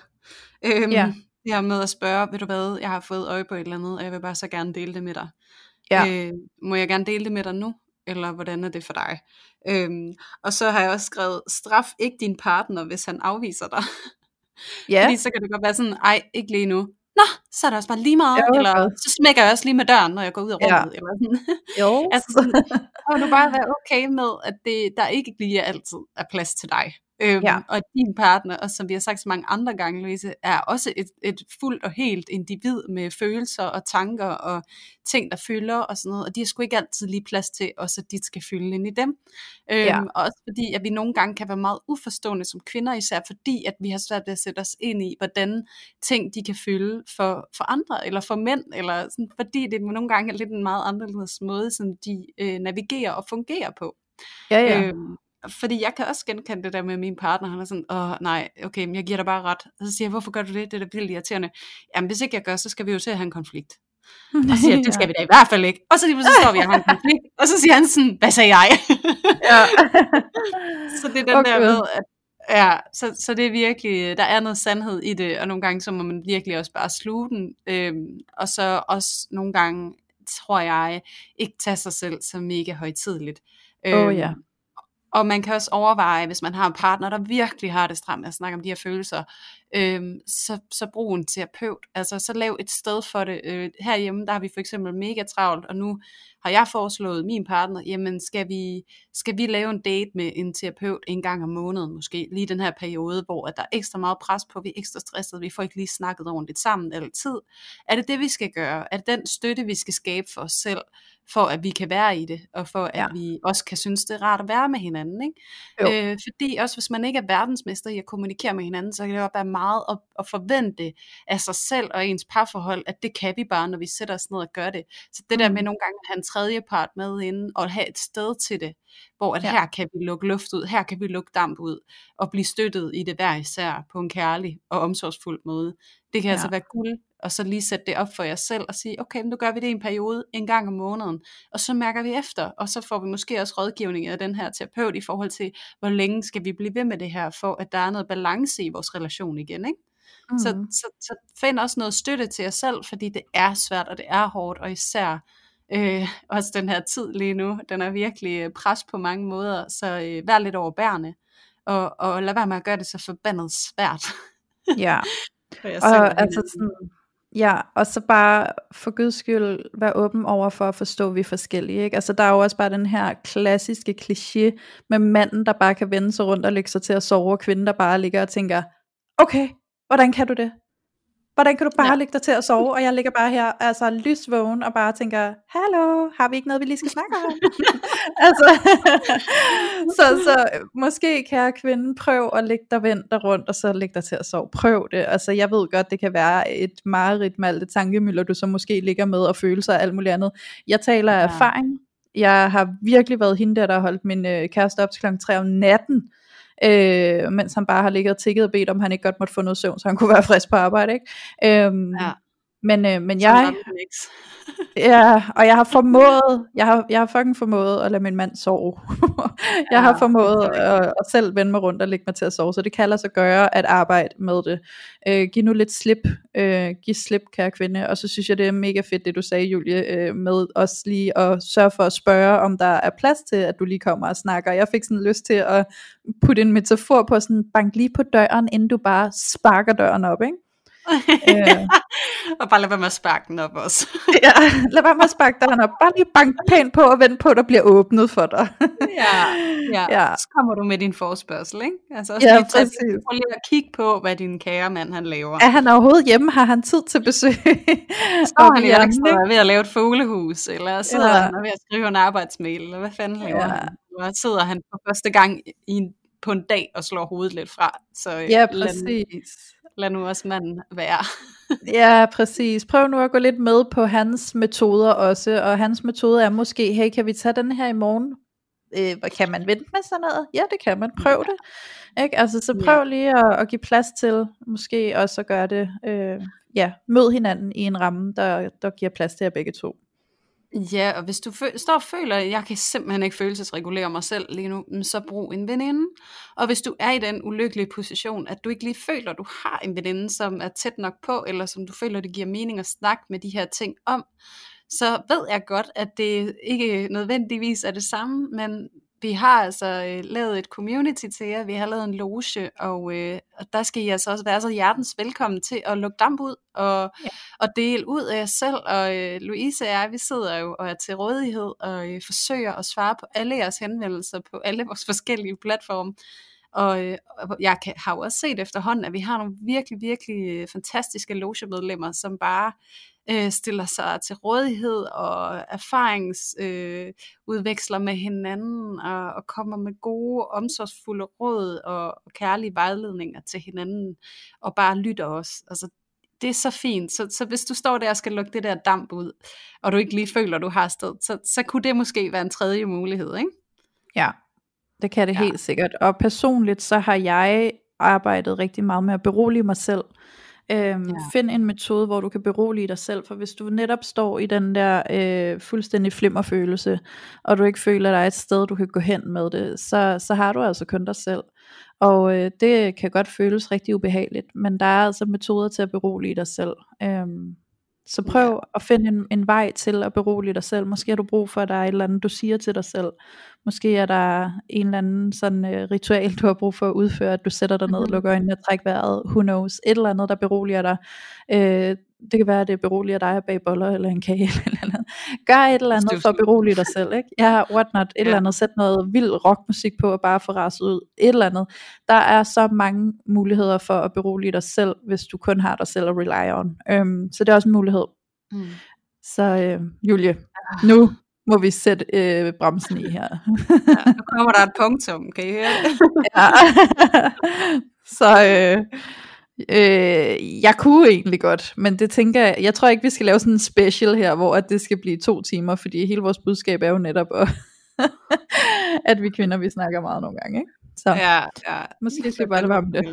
Det her med at spørge, ved du hvad, jeg har fået øje på et eller andet, og jeg vil bare så gerne dele det med dig. Må jeg gerne dele det med dig nu? Eller hvordan er det for dig? Og så har jeg også skrevet, straf ikke din partner, hvis han afviser dig. Fordi så kan det godt være sådan, ej, ikke lige nu. Nå, så er det også bare lige meget. Eller så smækker jeg også lige med døren, når jeg går ud af rummet. Eller sådan. Altså sådan, og du bare være okay med, at der ikke lige altid er plads til dig. Og din partner, og som vi har sagt så mange andre gange, Louise, er også et fuldt og helt individ med følelser og tanker og ting, der fylder og sådan noget, og de har sgu ikke altid lige plads til også, at de skal fylde ind i dem. Og også fordi, at vi nogle gange kan være meget uforstående som kvinder, især fordi, at vi har svært ved at sætte os ind i, hvordan ting de kan fylde for andre, eller for mænd, eller sådan, fordi det nogle gange er lidt en meget anderledes måde, som de navigerer og fungerer på. fordi jeg kan også genkende det der med min partner, han er sådan, nej, okay, men jeg giver dig bare ret. Og så siger jeg, hvorfor gør du det? Det er da vildt irriterende. Jamen, hvis ikke jeg gør, så skal vi jo til at have en konflikt. Og så siger jeg, det skal vi da i hvert fald ikke. Og så lige så står vi og har en konflikt. Og så siger han sådan, hvad sagde jeg? Ja. Så det er den der med, at ja, så det er virkelig, der er noget sandhed i det, og nogle gange så må man virkelig også bare sluge den, og så også nogle gange, tror jeg, ikke tage sig selv så mega højtideligt. Ja. Og man kan også overveje, hvis man har en partner, der virkelig har det stramt med at snakke om de her følelser, så brug en terapeut. Altså så lav et sted for det. Herhjemme, der har vi for eksempel mega travlt, og nu har jeg foreslået min partner, jamen skal vi lave en date med en terapeut en gang om måneden måske, lige den her periode, hvor der er ekstra meget pres på, vi er ekstra stressede, vi får ikke lige snakket ordentligt sammen altid. Er det det, vi skal gøre? Er det den støtte, vi skal skabe for os selv, for at vi kan være i det, og for at vi også kan synes, det er rart at være med hinanden, ikke? Fordi også hvis man ikke er verdensmester i at kommunikere med hinanden, så kan det jo være meget at forvente af sig selv og ens parforhold, at det kan vi bare, når vi sætter os ned og gør det. Så det der med nogle gange at have en tredje part med inden, og have et sted til det, hvor at her kan vi lukke luft ud, her kan vi lukke damp ud, og blive støttet i det hver især, på en kærlig og omsorgsfuld måde. Det kan altså være guld, og så lige sætte det op for jer selv, og sige, okay, men nu gør vi det i en periode, en gang om måneden, og så mærker vi efter, og så får vi måske også rådgivning af den her terapeut, i forhold til, hvor længe skal vi blive ved med det her, for at der er noget balance i vores relation igen, ikke? Så find også noget støtte til jer selv, fordi det er svært, og det er hårdt, og især også den her tid lige nu, den er virkelig pres på mange måder, så vær lidt overbærende, og lad være med at gøre det så forbandet svært. Ja, og altså sådan, ja, og så bare for Guds skyld være åben over for at forstå, at vi er forskellige, ikke? Altså der er jo også bare den her klassiske kliché med manden, der bare kan vende sig rundt og lægge sig til at sove, og kvinden, der bare ligger og tænker, okay, hvordan kan du det? Hvordan kan du bare ligge dig til at sove, og jeg ligger bare her, altså lysvågen, og bare tænker, hallo, har vi ikke noget, vi lige skal snakke om? Altså, så måske, kære kvinde, prøv at lægge dig vendt dig rundt, og så lægge dig til at sove. Prøv det. Altså, jeg ved godt, det kan være et mareridt med alt det tankemylder, du så måske ligger med, og følelser og alt muligt andet. Jeg taler af erfaring. Jeg har virkelig været hende der har holdt min kæreste op til klokken 3 om natten, mens han bare har ligget og tikket og bedt om han ikke godt måtte få noget søvn, så han kunne være frisk på arbejde, ikke? Men jeg ja, og jeg har formået, jeg har fucking formået at lade min mand sove. Jeg har formået at selv vende mig rundt og lægge mig til at sove, så det kan lade sig gøre at arbejde med det. Giv nu lidt slip, giv slip, kære kvinde. Og så synes jeg, det er mega fedt, det du sagde, Julie, med også lige at sørge for at spørge, om der er plads til, at du lige kommer og snakker. Jeg fik sådan lyst til at putte en metafor på, sådan bank lige på døren, inden du bare sparker døren op, ikke? Og bare lad være med at sparke den op også. Ja, lad være med at sparke døren op. Bare lige bank pænt på og vent på, at der bliver åbnet for dig. Ja. Så kommer du med din forespørgsel, ikke? Altså også prøv lige at kigge på, hvad din kære mand han laver. Er han overhovedet hjemme? Har han tid til besøg? Står han i ekstra ved at lave et fuglehus, eller sidder han ved at skrive en arbejdsmail, eller hvad fanden laver han? Eller sidder han for første gang på en dag og slår hovedet lidt fra? Så, ja, præcis. Lad nu også manden være. Ja, præcis. Prøv nu at gå lidt med på hans metoder også, og hans metode er måske, hey, kan vi tage den her i morgen? Kan man vente med sådan noget? Ja, det kan man. Prøv det. Ikke? Altså, så prøv lige at give plads til, måske også at gøre det, mød hinanden i en ramme, der giver plads til jer begge to. Ja, og hvis du står og føler, at jeg kan simpelthen ikke følelsesregulere mig selv lige nu, så brug en veninde. Og hvis du er i den ulykkelige position, at du ikke lige føler, at du har en veninde, som er tæt nok på, eller som du føler, det giver mening at snakke med de her ting om, så ved jeg godt, at det ikke nødvendigvis er det samme, men vi har altså lavet et community til jer, vi har lavet en loge, og der skal I altså også være så hjertens velkommen til at lukke damp ud, og dele ud af jer selv, og Louise og jeg, vi sidder jo og er til rådighed, og forsøger at svare på alle jeres henvendelser, på alle vores forskellige platforme, og jeg har jo også set efterhånden, at vi har nogle virkelig, virkelig fantastiske logemedlemmer, som bare stiller sig til rådighed og erfaringsudveksler med hinanden og kommer med gode, omsorgsfulde råd og kærlige vejledninger til hinanden og bare lytter os. Altså, det er så fint. Så hvis du står der og skal lukke det der damp ud, og du ikke lige føler, du har sted, så kunne det måske være en tredje mulighed, ikke? Ja. det kan det helt sikkert. Og personligt så har jeg arbejdet rigtig meget med at berolige mig selv. Find en metode, hvor du kan berolige dig selv, for hvis du netop står i den der fuldstændig flimmerfølelse, og du ikke føler, at der er et sted, du kan gå hen med det, så har du altså kun dig selv. Og det kan godt føles rigtig ubehageligt, men der er altså metoder til at berolige dig selv. Så prøv at finde en vej til at berolige dig selv. Måske har du brug for, at der er et eller andet, du siger til dig selv. Måske er der en eller anden sådan ritual, du har brug for at udføre, at du sætter dig ned, lukker øjnene og trækker vejret. Who knows? Et eller andet, der beroliger dig. Det kan være, at det beroliger dig at bage boller eller en kage eller andet. Gør et eller andet for at berolige dig selv, ikke? Ja, what not, et eller andet. Sæt noget vild rockmusik på og bare få raset ud. Et eller andet. Der er så mange muligheder for at berolige dig selv, hvis du kun har dig selv at rely on. Så det er også en mulighed. Så Julie, nu må vi sætte bremsen i her. Nu kommer der et punktum, kan I høre det? Så jeg kunne egentlig godt, men det tænker jeg tror ikke vi skal lave sådan en special her, hvor at det skal blive 2 timer, fordi hele vores budskab er jo netop at vi kvinder, vi snakker meget nogle gange, ikke? Så måske skal vi bare lade være med det.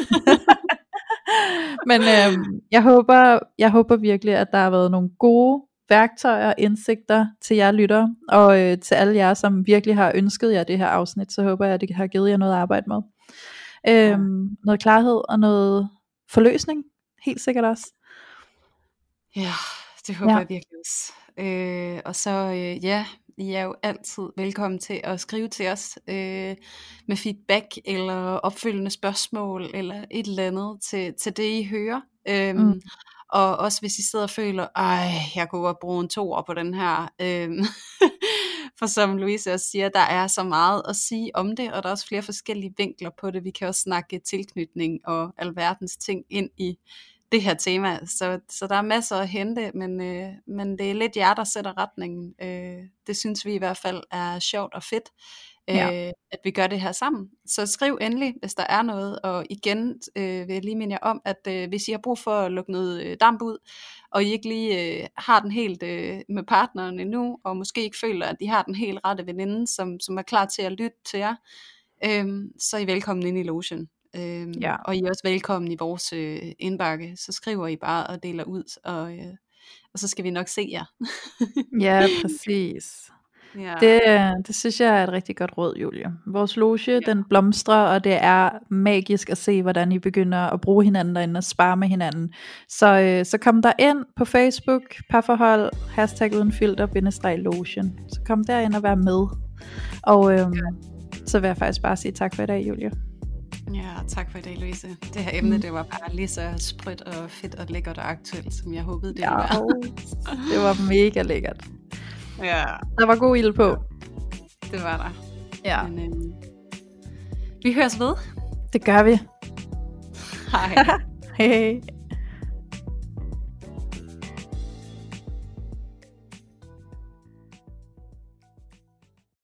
Men jeg håber virkelig, at der har været nogle gode værktøjer og indsigter til jer lyttere, og til alle jer, som virkelig har ønsket jer det her afsnit, så håber jeg, at det har givet jer noget at arbejde med. Noget klarhed og noget forløsning, helt sikkert også. Ja, det håber jeg virkelig også. Og så I er jo altid velkommen til at skrive til os med feedback eller opfølgende spørgsmål eller et eller andet til det I hører. Og også hvis I sidder og føler, jeg kunne godt bruge en 2 på den her. For som Louise også siger, der er så meget at sige om det, og der er også flere forskellige vinkler på det. Vi kan også snakke tilknytning og alverdens ting ind i det her tema. Så der er masser at hente, men det er lidt jer, der sætter retningen. Det synes vi i hvert fald er sjovt og fedt, at vi gør det her sammen. Så skriv endelig, hvis der er noget. Og igen vil jeg lige minde jer om, at hvis I har brug for at lukke noget damp ud, og I ikke lige har den helt med partneren endnu, og måske ikke føler, at de har den helt rette veninde, som er klar til at lytte til jer, så er I velkommen ind i logen. Og I er også velkommen i vores indbakke. Så skriver I bare og deler ud, og så skal vi nok se jer. Ja, præcis. Det synes jeg er et rigtig godt råd, Julie. Vores loge, den blomstrer, og det er magisk at se, hvordan I begynder at bruge hinanden derinde og spare med hinanden. Så kom der ind på Facebook, parforhold, #udenfilter_logen. Så kom derind og vær med. Og så vil jeg faktisk bare sige tak for i dag, Julie. Ja, tak for i dag, Louise. Det her emne, det var bare lige så sprødt og fedt og lækkert og aktuelt, som jeg håbede, det ville være. Det var mega lækkert. Ja. Der var god ild på. Det var der. Ja. Men, vi høres ved. Det gør vi. Hej. Hej.